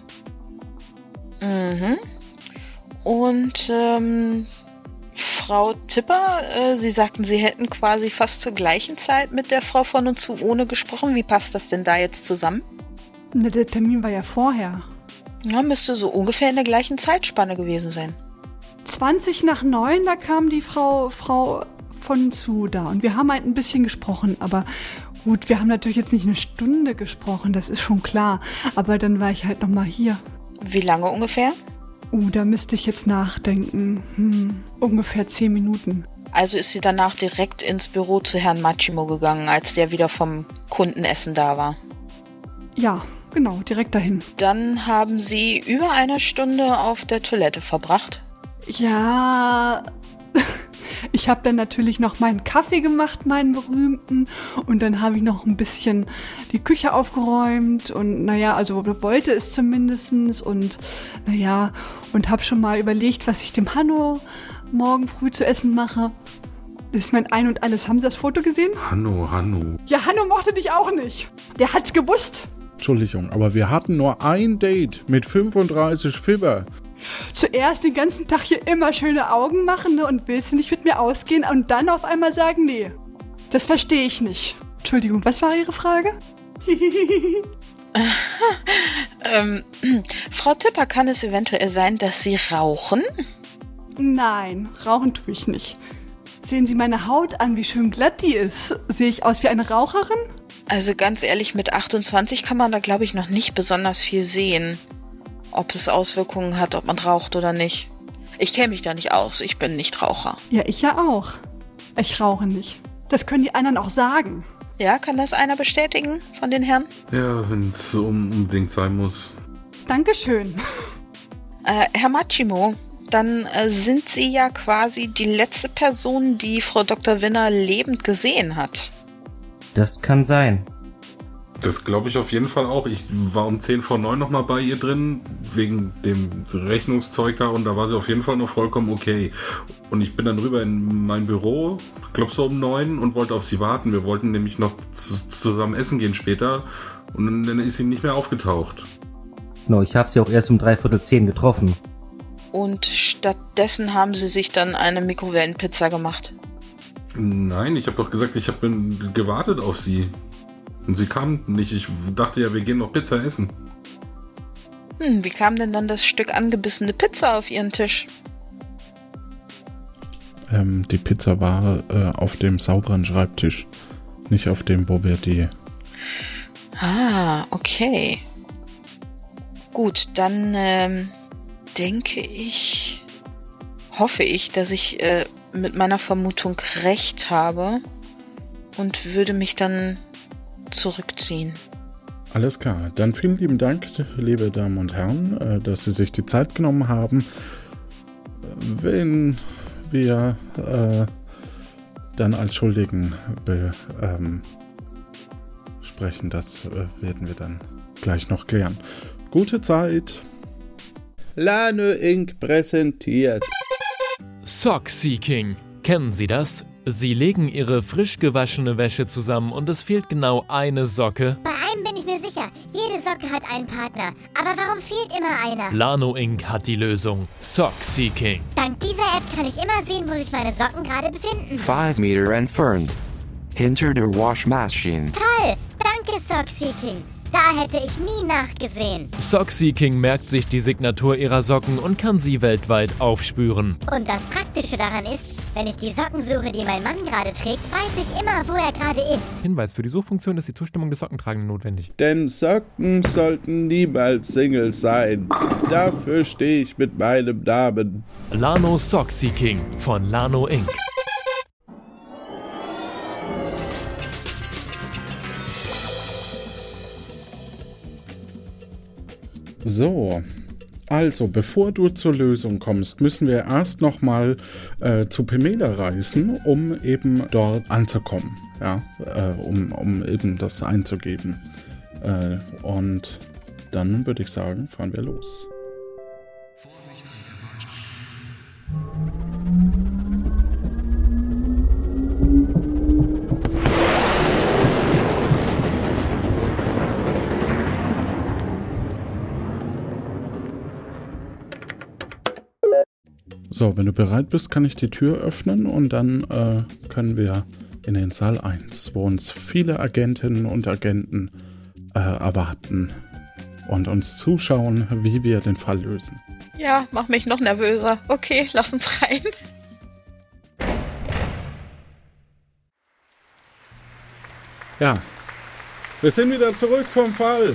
Mhm. Und ähm, Frau Tipper, äh, Sie sagten, Sie hätten quasi fast zur gleichen Zeit mit der Frau von und zu ohne gesprochen. Wie passt das denn da jetzt zusammen? Ne, der Termin war ja vorher. Ja, müsste so ungefähr in der gleichen Zeitspanne gewesen sein. zwanzig nach neun, da kam die Frau, Frau von zu da und wir haben halt ein bisschen gesprochen, aber gut, wir haben natürlich jetzt nicht eine Stunde gesprochen, das ist schon klar, aber dann war ich halt nochmal hier. Wie lange ungefähr? Uh, da müsste ich jetzt nachdenken. Hm, ungefähr zehn Minuten. Also ist sie danach direkt ins Büro zu Herrn Machimo gegangen, als der wieder vom Kundenessen da war? Ja, genau, direkt dahin. Dann haben Sie über eine Stunde auf der Toilette verbracht? Ja, ich habe dann natürlich noch meinen Kaffee gemacht, meinen berühmten. Und dann habe ich noch ein bisschen die Küche aufgeräumt. Und naja, also wollte es zumindest. Und naja, und habe schon mal überlegt, was ich dem Hanno morgen früh zu essen mache. Das ist mein Ein und Alles. Haben Sie das Foto gesehen? Hanno, Hanno. Ja, Hanno mochte dich auch nicht. Der hat's gewusst. Entschuldigung, aber wir hatten nur ein Date mit fünfunddreißig Fibber. Zuerst den ganzen Tag hier immer schöne Augen machen, ne, und willst du nicht mit mir ausgehen und dann auf einmal sagen, nee. Das verstehe ich nicht. Entschuldigung, was war Ihre Frage? ähm, Frau Tipper, kann es eventuell sein, dass Sie rauchen? Nein, rauchen tue ich nicht. Sehen Sie meine Haut an, wie schön glatt die ist. Sehe ich aus wie eine Raucherin? Also ganz ehrlich, mit achtundzwanzig kann man da, glaube ich, noch nicht besonders viel sehen. Ob es Auswirkungen hat, ob man raucht oder nicht. Ich kenne mich da nicht aus, ich bin nicht Raucher. Ja, ich ja auch. Ich rauche nicht. Das können die anderen auch sagen. Ja, kann das einer bestätigen von den Herren? Ja, wenn es unbedingt sein muss. Dankeschön. Äh, Herr Machimo, dann äh, sind Sie ja quasi die letzte Person, die Frau Doktor Winner lebend gesehen hat. Das kann sein. Das glaube ich auf jeden Fall auch. Ich war um zehn vor neun nochmal bei ihr drin, wegen dem Rechnungszeug da, und da war sie auf jeden Fall noch vollkommen okay. Und ich bin dann rüber in mein Büro, glaub so um neun, und wollte auf sie warten. Wir wollten nämlich noch z- zusammen essen gehen später, und dann ist sie nicht mehr aufgetaucht. No, ich habe sie auch erst um dreiviertel zehn getroffen. Und stattdessen haben sie sich dann eine Mikrowellenpizza gemacht. Nein, ich habe doch gesagt, ich habe gewartet auf sie. Und sie kam nicht. Ich dachte ja, wir gehen noch Pizza essen. Hm, wie kam denn dann das Stück angebissene Pizza auf ihren Tisch? Ähm, die Pizza war äh, auf dem sauberen Schreibtisch. Nicht auf dem, wo wir die... Ah, okay. Gut, dann ähm, denke ich, hoffe ich, dass ich äh, mit meiner Vermutung recht habe und würde mich dann zurückziehen. Alles klar. Dann vielen lieben Dank, liebe Damen und Herren, äh, dass Sie sich die Zeit genommen haben. Wenn wir äh, dann als Schuldigen be, ähm, sprechen, das äh, werden wir dann gleich noch klären. Gute Zeit. Lano Incorporated präsentiert Sock Seeking. Kennen Sie das? Sie legen Ihre frisch gewaschene Wäsche zusammen und es fehlt genau eine Socke. Bei einem bin ich mir sicher. Jede Socke hat einen Partner. Aber warum fehlt immer einer? Lano Incorporated hat die Lösung. Sock Seeking. Dank dieser App kann ich immer sehen, wo sich meine Socken gerade befinden. Five meter entfernt. Hinter der Waschmaschine. Toll! Danke, Sock Seeking. Da hätte ich nie nachgesehen. Sock Seeking merkt sich die Signatur Ihrer Socken und kann sie weltweit aufspüren. Und das Praktische daran ist, wenn ich die Socken suche, die mein Mann gerade trägt, weiß ich immer, wo er gerade ist. Hinweis: Für die Suchfunktion ist die Zustimmung des Sockentragenden notwendig. Denn Socken sollten niemals Single sein. Dafür stehe ich mit meinem Namen. Lano Sock Seeking von Lano Incorporated. So, also bevor du zur Lösung kommst, müssen wir erst nochmal äh, zu Pemela reisen, um eben dort anzukommen, ja, äh, um, um eben das einzugeben. Äh, und dann würde ich sagen, fahren wir los. So, wenn du bereit bist, kann ich die Tür öffnen und dann äh, können wir in den Saal eins, wo uns viele Agentinnen und Agenten äh, erwarten und uns zuschauen, wie wir den Fall lösen. Ja, mach mich noch nervöser. Okay, lass uns rein. Ja, wir sind wieder zurück vom Fall.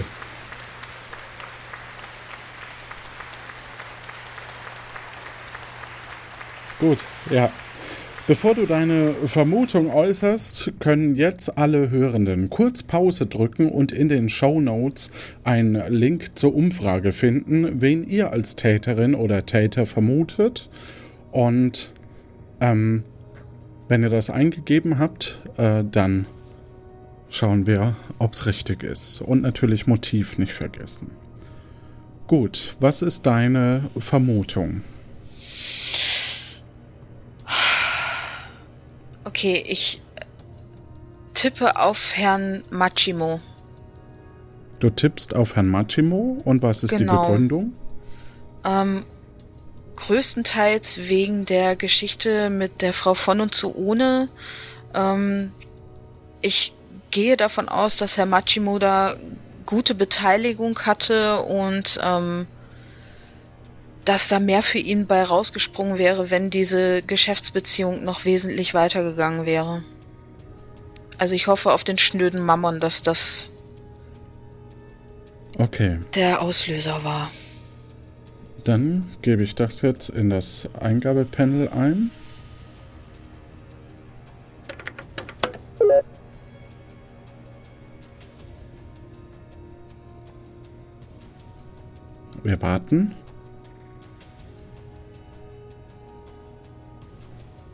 Gut, ja. Bevor du deine Vermutung äußerst, können jetzt alle Hörenden kurz Pause drücken und in den Shownotes einen Link zur Umfrage finden, wen ihr als Täterin oder Täter vermutet. Und ähm, wenn ihr das eingegeben habt, äh, dann schauen wir, ob es richtig ist. Und natürlich Motiv nicht vergessen. Gut, was ist deine Vermutung? Okay, ich tippe auf Herrn Machimo. Du tippst auf Herrn Machimo und was ist Genau. die Begründung? Ähm, größtenteils wegen der Geschichte mit der Frau von und zu ohne. Ähm, ich gehe davon aus, dass Herr Machimo da gute Beteiligung hatte und ähm, dass da mehr für ihn bei rausgesprungen wäre, wenn diese Geschäftsbeziehung noch wesentlich weitergegangen wäre. Also ich hoffe auf den schnöden Mammon, dass das Okay. der Auslöser war. Dann gebe ich das jetzt in das Eingabepanel ein. Wir warten.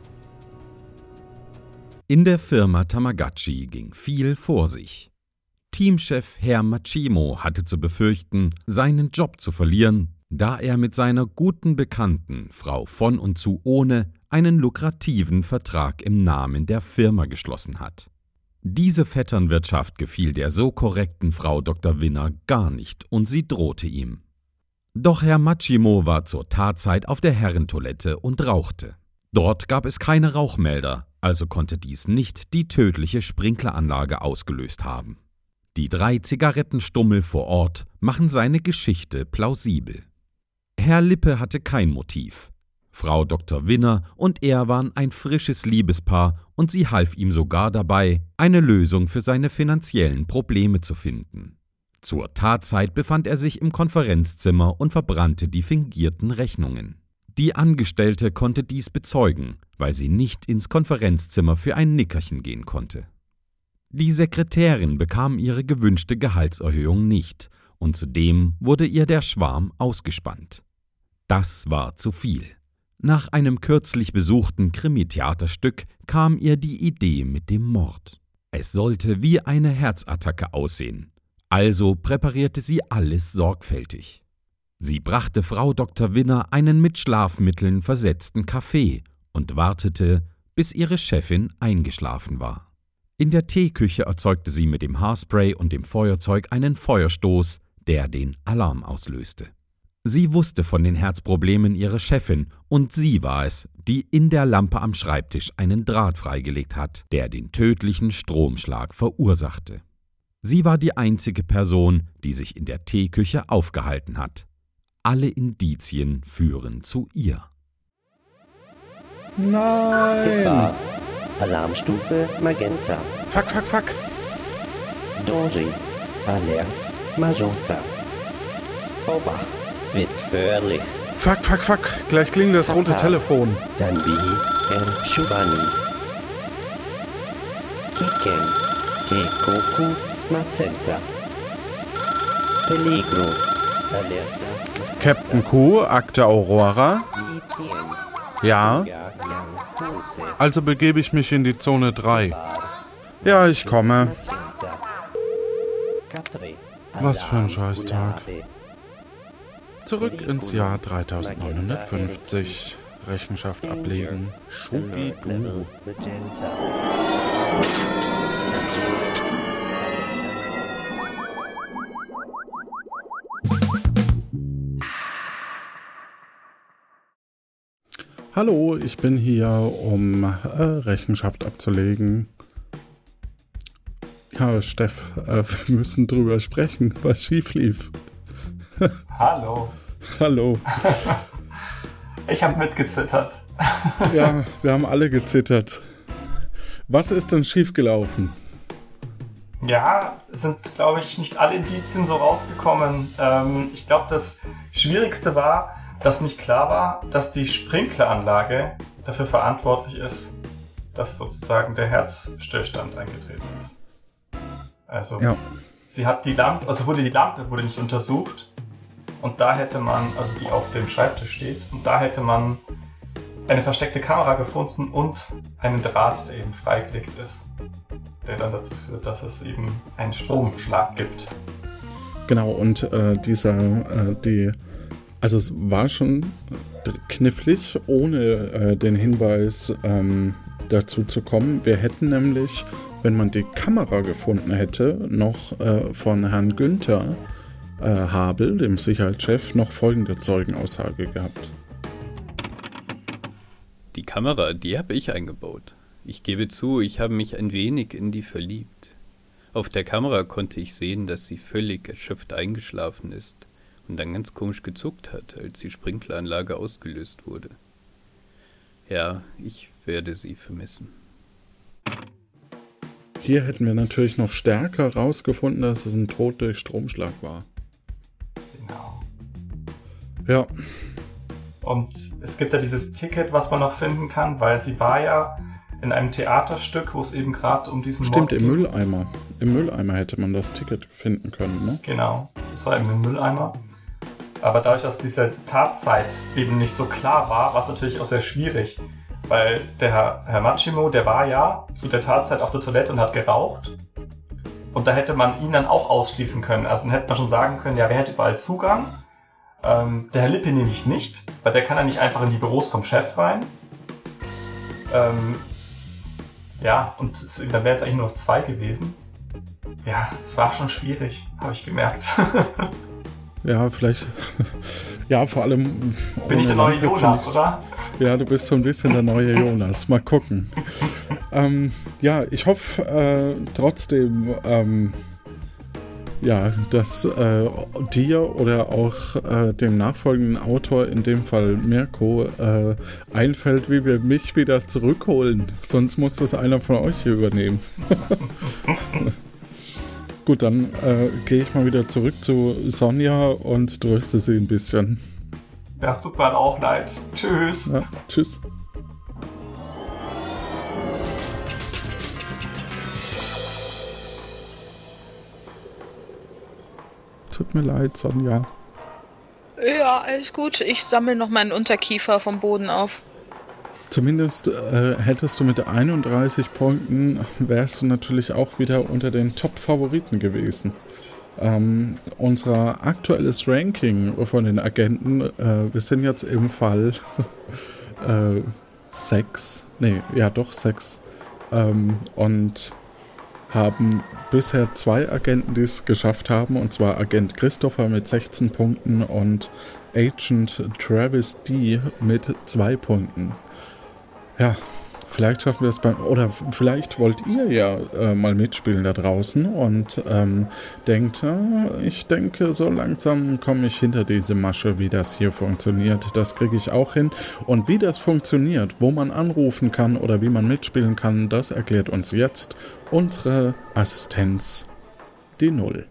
In der Firma Tamagotchi ging viel vor sich. Teamchef Herr Machimo hatte zu befürchten, seinen Job zu verlieren, da er mit seiner guten Bekannten, Frau von und zu Ohne, einen lukrativen Vertrag im Namen der Firma geschlossen hat. Diese Vetternwirtschaft gefiel der so korrekten Frau Doktor Winner gar nicht und sie drohte ihm. Doch Herr Machimo war zur Tatzeit auf der Herrentoilette und rauchte. Dort gab es keine Rauchmelder, also konnte dies nicht die tödliche Sprinkleranlage ausgelöst haben. Die drei Zigarettenstummel vor Ort machen seine Geschichte plausibel. Herr Lippe hatte kein Motiv. Frau Doktor Winner und er waren ein frisches Liebespaar und sie half ihm sogar dabei, eine Lösung für seine finanziellen Probleme zu finden. Zur Tatzeit befand er sich im Konferenzzimmer und verbrannte die fingierten Rechnungen. Die Angestellte konnte dies bezeugen, weil sie nicht ins Konferenzzimmer für ein Nickerchen gehen konnte. Die Sekretärin bekam ihre gewünschte Gehaltserhöhung nicht und zudem wurde ihr der Schwarm ausgespannt. Das war zu viel. Nach einem kürzlich besuchten Krimi-Theaterstück kam ihr die Idee mit dem Mord. Es sollte wie eine Herzattacke aussehen, also präparierte sie alles sorgfältig. Sie brachte Frau Doktor Winner einen mit Schlafmitteln versetzten Kaffee und wartete, bis ihre Chefin eingeschlafen war. In der Teeküche erzeugte sie mit dem Haarspray und dem Feuerzeug einen Feuerstoß, der den Alarm auslöste. Sie wusste von den Herzproblemen ihrer Chefin und sie war es, die in der Lampe am Schreibtisch einen Draht freigelegt hat, der den tödlichen Stromschlag verursachte. Sie war die einzige Person, die sich in der Teeküche aufgehalten hat. Alle Indizien führen zu ihr. Nein! Gefahr. Alarmstufe Magenta. Fuck, fuck, fuck. Danger. Alert Magenta. Obacht. Es wird gefährlich. Fuck, fuck, fuck. Gleich klingelt das rote Telefon. Tanbihi El Shubani. Kiken. Kekoku Magenta. Peligro. Alerta. Captain Q, Akte Aurora. Ja. Also begebe ich mich in die Zone drei. Ja, ich komme. Was für ein Scheißtag. Zurück ins Jahr dreitausendneunhundertfünfzig. Rechenschaft ablegen. Schubidu. Hallo, ich bin hier, um äh, Rechenschaft abzulegen. Ja, Steff, äh, wir müssen drüber sprechen, was schief lief. Hallo. Hallo. Ich habe mitgezittert. Ja, wir haben alle gezittert. Was ist denn schiefgelaufen? Ja, es sind, glaube ich, nicht alle Indizien so rausgekommen. Ähm, ich glaube, das Schwierigste war, dass nicht klar war, dass die Sprinkleranlage dafür verantwortlich ist, dass sozusagen der Herzstillstand eingetreten ist. Also, ja. sie hat die Lampe, also wurde die Lampe wurde nicht untersucht und da hätte man, also die auf dem Schreibtisch steht, und da hätte man eine versteckte Kamera gefunden und einen Draht, der eben freigelegt ist, der dann dazu führt, dass es eben einen Stromschlag gibt. Genau, und äh, dieser, äh, die Also es war schon knifflig, ohne äh, den Hinweis ähm, dazu zu kommen. Wir hätten nämlich, wenn man die Kamera gefunden hätte, noch äh, von Herrn Günther äh, Habel, dem Sicherheitschef, noch folgende Zeugenaussage gehabt. Die Kamera, die habe ich eingebaut. Ich gebe zu, ich habe mich ein wenig in die verliebt. Auf der Kamera konnte ich sehen, dass sie völlig erschöpft eingeschlafen ist und dann ganz komisch gezuckt hat, als die Sprinkleranlage ausgelöst wurde. Ja, ich werde sie vermissen. Hier hätten wir natürlich noch stärker rausgefunden, dass es ein Tod durch Stromschlag war. Genau. Ja. Und es gibt ja dieses Ticket, was man noch finden kann, weil sie war ja in einem Theaterstück, wo es eben gerade um diesen Stimmt, Mord im ging. Mülleimer. Im Mülleimer hätte man das Ticket finden können, ne? Genau, das war eben im Mülleimer. Aber dadurch, dass diese Tatzeit eben nicht so klar war, war es natürlich auch sehr schwierig. Weil der Herr, Herr Machimo, der war ja zu der Tatzeit auf der Toilette und hat geraucht. Und da hätte man ihn dann auch ausschließen können. Also dann hätte man schon sagen können, ja, wer hätte überall Zugang? Ähm, der Herr Lippe nämlich nicht, weil der kann ja nicht einfach in die Büros vom Chef rein. Ähm, ja, und es, dann wären es eigentlich nur noch zwei gewesen. Ja, es war schon schwierig, habe ich gemerkt. Ja, vielleicht. Ja, vor allem. Bin ich der neue Jonas, oder? Ja, du bist so ein bisschen der neue Jonas. Mal gucken. ähm, ja, ich hoffe äh, trotzdem, ähm, ja, dass äh, dir oder auch äh, dem nachfolgenden Autor, in dem Fall Mirko, äh, einfällt, wie wir mich wieder zurückholen. Sonst muss das einer von euch hier übernehmen. Gut, dann äh, gehe ich mal wieder zurück zu Sonja und tröste sie ein bisschen. Ja, es tut mir auch leid. Tschüss. Ja, tschüss. Tut mir leid, Sonja. Ja, alles gut. Ich sammle noch meinen Unterkiefer vom Boden auf. Zumindest äh, hättest du mit einunddreißig Punkten, wärst du natürlich auch wieder unter den Top-Favoriten gewesen. Ähm, unser aktuelles Ranking von den Agenten, äh, wir sind jetzt im Fall äh, sechs, nee, ja doch sechs, ähm, und haben bisher zwei Agenten, die es geschafft haben, und zwar Agent Christopher mit sechzehn Punkten und Agent Travis D mit zwei Punkten. Ja, vielleicht schaffen wir es beim, oder vielleicht wollt ihr ja äh, mal mitspielen da draußen und ähm, denkt, äh, ich denke, so langsam komme ich hinter diese Masche, wie das hier funktioniert. Das kriege ich auch hin. Und wie das funktioniert, wo man anrufen kann oder wie man mitspielen kann, das erklärt uns jetzt unsere Assistenz, die Null.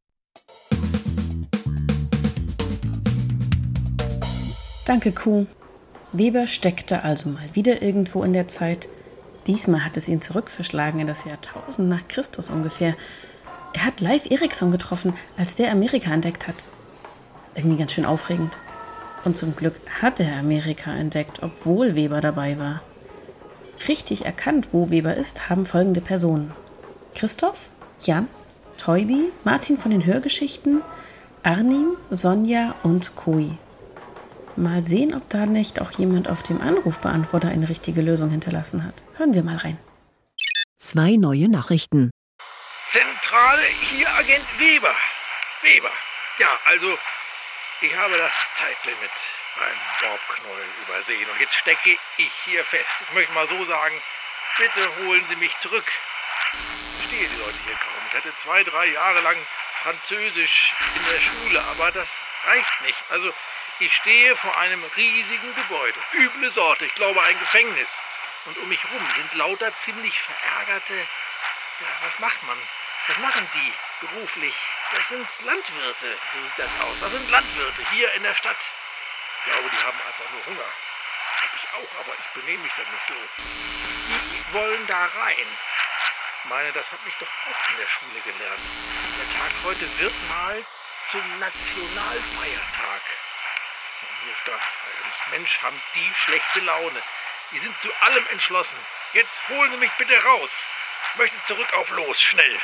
Danke, Kuh. Weber steckte also mal wieder irgendwo in der Zeit. Diesmal hat es ihn zurückverschlagen in das Jahrtausend nach Christus ungefähr. Er hat Leif Erikson getroffen, als der Amerika entdeckt hat. Das ist irgendwie ganz schön aufregend. Und zum Glück hat er Amerika entdeckt, obwohl Weber dabei war. Richtig erkannt, wo Weber ist, haben folgende Personen: Christoph, Jan, Teubi, Martin von den Hörgeschichten, Arnim, Sonja und Kui. Mal sehen, ob da nicht auch jemand auf dem Anrufbeantworter eine richtige Lösung hinterlassen hat. Hören wir mal rein. Zwei neue Nachrichten. Zentrale, hier Agent Weber. Weber. Ja, also, ich habe das Zeitlimit beim Warpknäuel übersehen und jetzt stecke ich hier fest. Ich möchte mal so sagen, bitte holen Sie mich zurück. Ich verstehe die Leute hier kaum. Ich hatte zwei, drei Jahre lang Französisch in der Schule, aber das reicht nicht. Also, ich stehe vor einem riesigen Gebäude. Üble Sorte, ich glaube ein Gefängnis. Und um mich rum sind lauter ziemlich verärgerte... Ja, was macht man? Was machen die beruflich? Das sind Landwirte, so sieht das aus. Das sind Landwirte hier in der Stadt. Ich glaube, die haben einfach nur Hunger. Hab ich auch, aber ich benehme mich dann nicht so. Die wollen da rein. Ich meine, das hat mich doch auch in der Schule gelernt. Der Tag heute wird mal zum Nationalfeiertag. Mir ist gar nicht feierlich. Mensch, haben die schlechte Laune. Die sind zu allem entschlossen. Jetzt holen Sie mich bitte raus. Ich möchte zurück auf Los, schnell.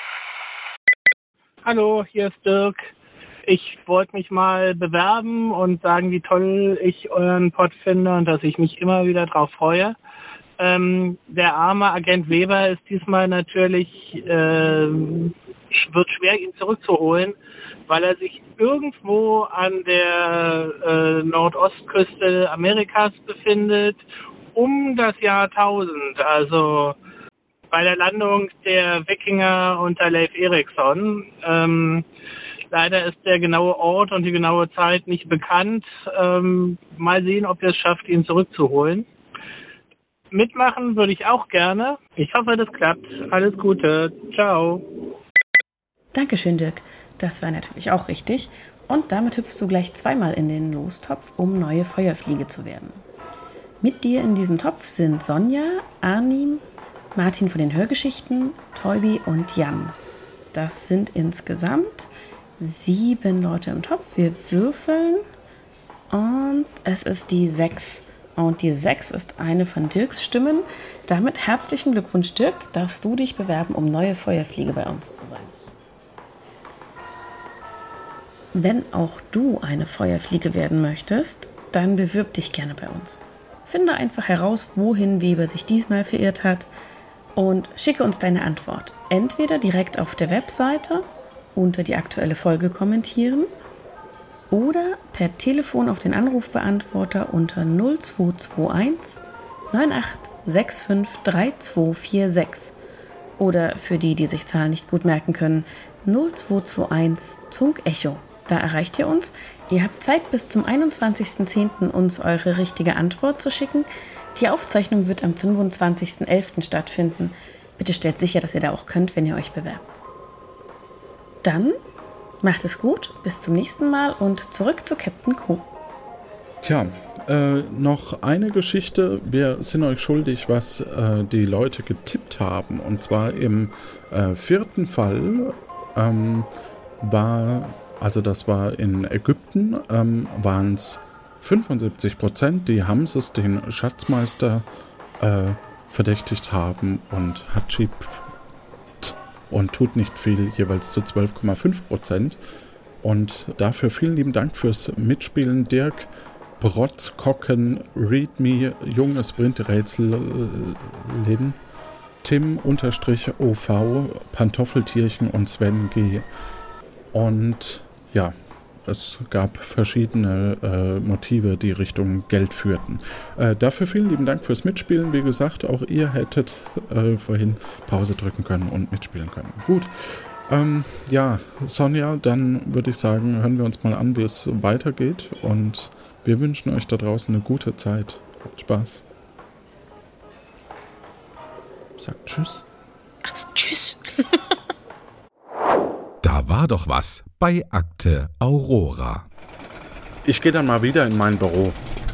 Hallo, hier ist Dirk. Ich wollte mich mal bewerben und sagen, wie toll ich euren Pod finde und dass ich mich immer wieder drauf freue. Ähm, der arme Agent Weber ist diesmal natürlich, äh, wird schwer, ihn zurückzuholen, weil er sich irgendwo an der äh, Nordostküste Amerikas befindet, um das Jahrtausend, also bei der Landung der Wikinger unter Leif Erikson. Ähm, leider ist der genaue Ort und die genaue Zeit nicht bekannt. Ähm, mal sehen, ob ihr es schafft, ihn zurückzuholen. Mitmachen würde ich auch gerne. Ich hoffe, das klappt. Alles Gute. Ciao. Dankeschön, Dirk. Das war natürlich auch richtig. Und damit hüpfst du gleich zweimal in den Lostopf, um neue Feuerfliege zu werden. Mit dir in diesem Topf sind Sonja, Arnim, Martin von den Hörgeschichten, Teubi und Jan. Das sind insgesamt sieben Leute im Topf. Wir würfeln und es ist die sechs. Und die sechs ist eine von Dirks Stimmen. Damit herzlichen Glückwunsch, Dirk. Darfst du dich bewerben, um neue Feuerfliege bei uns zu sein. Wenn auch du eine Feuerfliege werden möchtest, dann bewirb dich gerne bei uns. Finde einfach heraus, wohin Weber sich diesmal verirrt hat und schicke uns deine Antwort. Entweder direkt auf der Webseite unter die aktuelle Folge kommentieren oder per Telefon auf den Anrufbeantworter unter null zwei zwei eins neun acht sechs fünf drei zwei vier sechs oder für die, die sich Zahlen nicht gut merken können, null zwei zwei eins Zunk Echo. Da erreicht ihr uns. Ihr habt Zeit bis zum einundzwanzigsten zehnten uns eure richtige Antwort zu schicken. Die Aufzeichnung wird am fünfundzwanzigsten elften stattfinden. Bitte stellt sicher, dass ihr da auch könnt, wenn ihr euch bewerbt. Dann macht es gut, bis zum nächsten Mal und zurück zu Captain Q. Tja, äh, noch eine Geschichte. Wir sind euch schuldig, was äh, die Leute getippt haben. Und zwar im äh, vierten Fall ähm, war... Also das war in Ägypten, ähm, waren es fünfundsiebzig Prozent, die Hamses, den Schatzmeister, äh, verdächtigt haben und Hatschib und tut nicht viel, jeweils zu zwölf Komma fünf Prozent. Und dafür vielen lieben Dank fürs Mitspielen, Dirk, Brotzkocken, Readme, junges Sprinträtsel, Lin, Tim-O V, Pantoffeltierchen und Sven G. Und ja, es gab verschiedene äh, Motive, die Richtung Geld führten. Äh, dafür vielen lieben Dank fürs Mitspielen. Wie gesagt, auch ihr hättet äh, vorhin Pause drücken können und mitspielen können. Gut, ähm, ja, Sonja, dann würde ich sagen, hören wir uns mal an, wie es weitergeht. Und wir wünschen euch da draußen eine gute Zeit. Habt Spaß. Sagt Tschüss. Tschüss. Da war doch was bei Akte Aurora. Ich gehe dann mal wieder in mein Büro.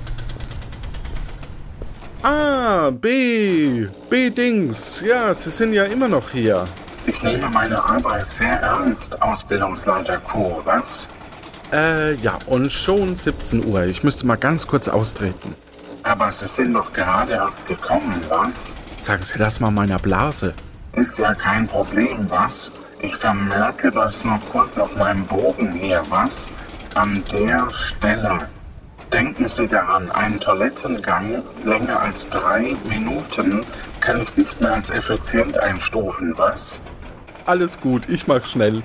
Ah, B. B-Dings. Ja, Sie sind ja immer noch hier. Ich nehme meine Arbeit sehr ernst, Ausbildungsleiter Q, was? Äh, ja, und schon siebzehn Uhr. Ich müsste mal ganz kurz austreten. Aber Sie sind doch gerade erst gekommen, was? Sagen Sie das mal meiner Blase. Ist ja kein Problem, was? Ich vermerke das noch kurz auf meinem Bogen hier, was? An der Stelle. Denken Sie daran, einen Toilettengang länger als drei Minuten kann ich nicht mehr als effizient einstufen, was? Alles gut, ich mach schnell.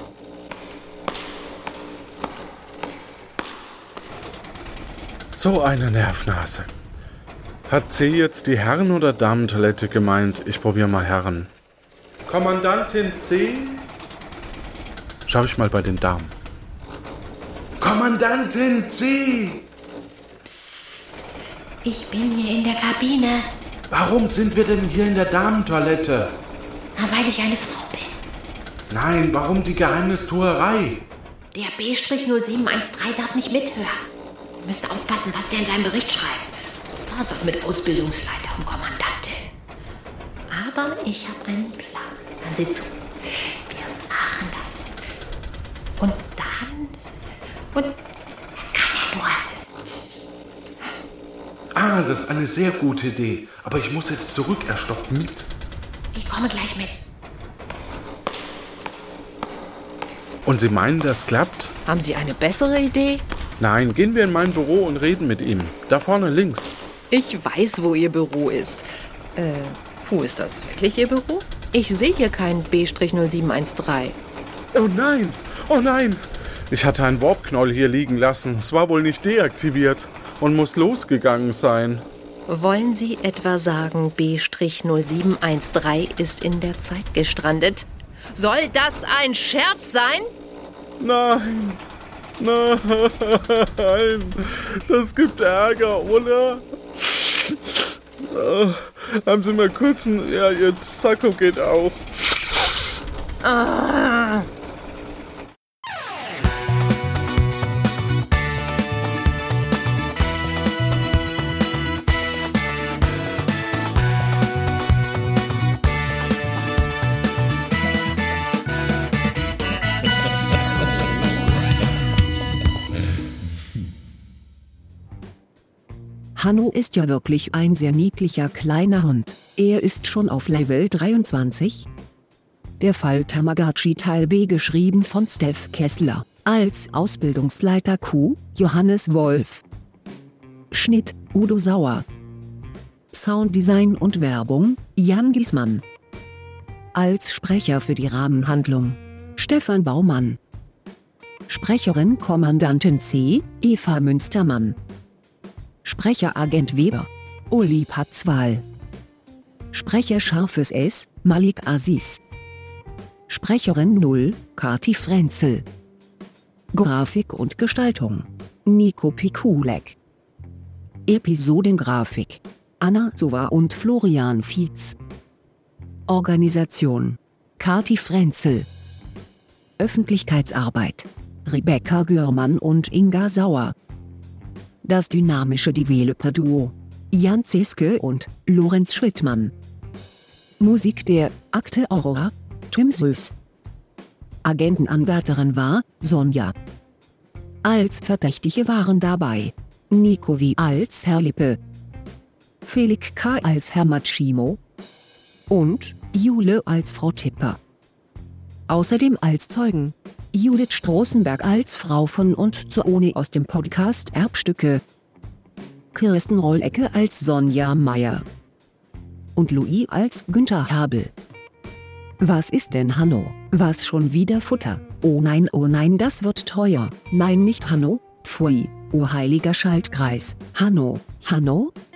So eine Nervnase. Hat C jetzt die Herren- oder Damentoilette gemeint? Ich probiere mal Herren. Kommandantin C? Schau ich mal bei den Damen. Kommandantin C! Psst, ich bin hier in der Kabine. Warum sind wir denn hier in der Damentoilette? Na, weil ich eine Frau bin. Nein, warum die Geheimnistuerei? Der B null sieben eins drei darf nicht mithören. Ihr müsst aufpassen, was der in seinem Bericht schreibt. Sonst war es das mit Ausbildungsleiter und Kommandantin. Aber ich habe einen Plan. Hören Sie zu. Wir machen das. Und dann... Und dann kann er nur... Ah, das ist eine sehr gute Idee. Aber ich muss jetzt zurück. Er stoppt mit. Ich komme gleich mit. Und Sie meinen, das klappt? Haben Sie eine bessere Idee? Nein, gehen wir in mein Büro und reden mit ihm. Da vorne links. Ich weiß, wo Ihr Büro ist. Äh, wo ist das wirklich Ihr Büro? Ich sehe hier keinen B null sieben eins drei. Oh nein, oh nein. Ich hatte einen Warp-Knoll hier liegen lassen. Es war wohl nicht deaktiviert und muss losgegangen sein. Wollen Sie etwa sagen, B null sieben eins drei ist in der Zeit gestrandet? Soll das ein Scherz sein? Nein, nein, das gibt Ärger, oder? Oh, haben Sie mal kurz ein... Ja, Ihr Sakko geht auch. Ah. Hanno ist ja wirklich ein sehr niedlicher kleiner Hund. Er ist schon auf Level dreiundzwanzig. Der Fall Tamagotchi Teil B, geschrieben von Steph Kessler. Als Ausbildungsleiter Q, Johannes Wolf. Schnitt, Udo Sauer. Sounddesign und Werbung, Jan Giesmann. Als Sprecher für die Rahmenhandlung, Stefan Baumann. Sprecherin Kommandantin C, Eva Münstermann. Sprecher Agent Weber, Uli Patzwal. Sprecher Scharfes S, Malik Aziz. Sprecherin null, Kati Frenzel. Grafik und Gestaltung, Nico Pikulek. Episodengrafik, Anna Sova und Florian Fietz. Organisation, Kati Frenzel. Öffentlichkeitsarbeit, Rebecca Görmann und Inga Sauer. Das dynamische Developer-Duo, Jan Zeske und Lorenz Schwittmann. Musik der Akte Aurora, Tim Süß. Agentenanwärterin war Sonja. Als Verdächtige waren dabei Nico W. als Herr Lippe, Felix K. als Herr Machimo und Jule als Frau Tipper. Außerdem als Zeugen Judith Stroßenberg als Frau von und zu ohne aus dem Podcast Erbstücke, Kirsten Rollecke als Sonja Meyer und Louis als Günther Habel. Was ist denn Hanno? Was, schon wieder Futter? Oh nein, oh nein, das wird teuer. Nein, nicht Hanno. Pfui, oh heiliger Schaltkreis. Hanno, Hanno?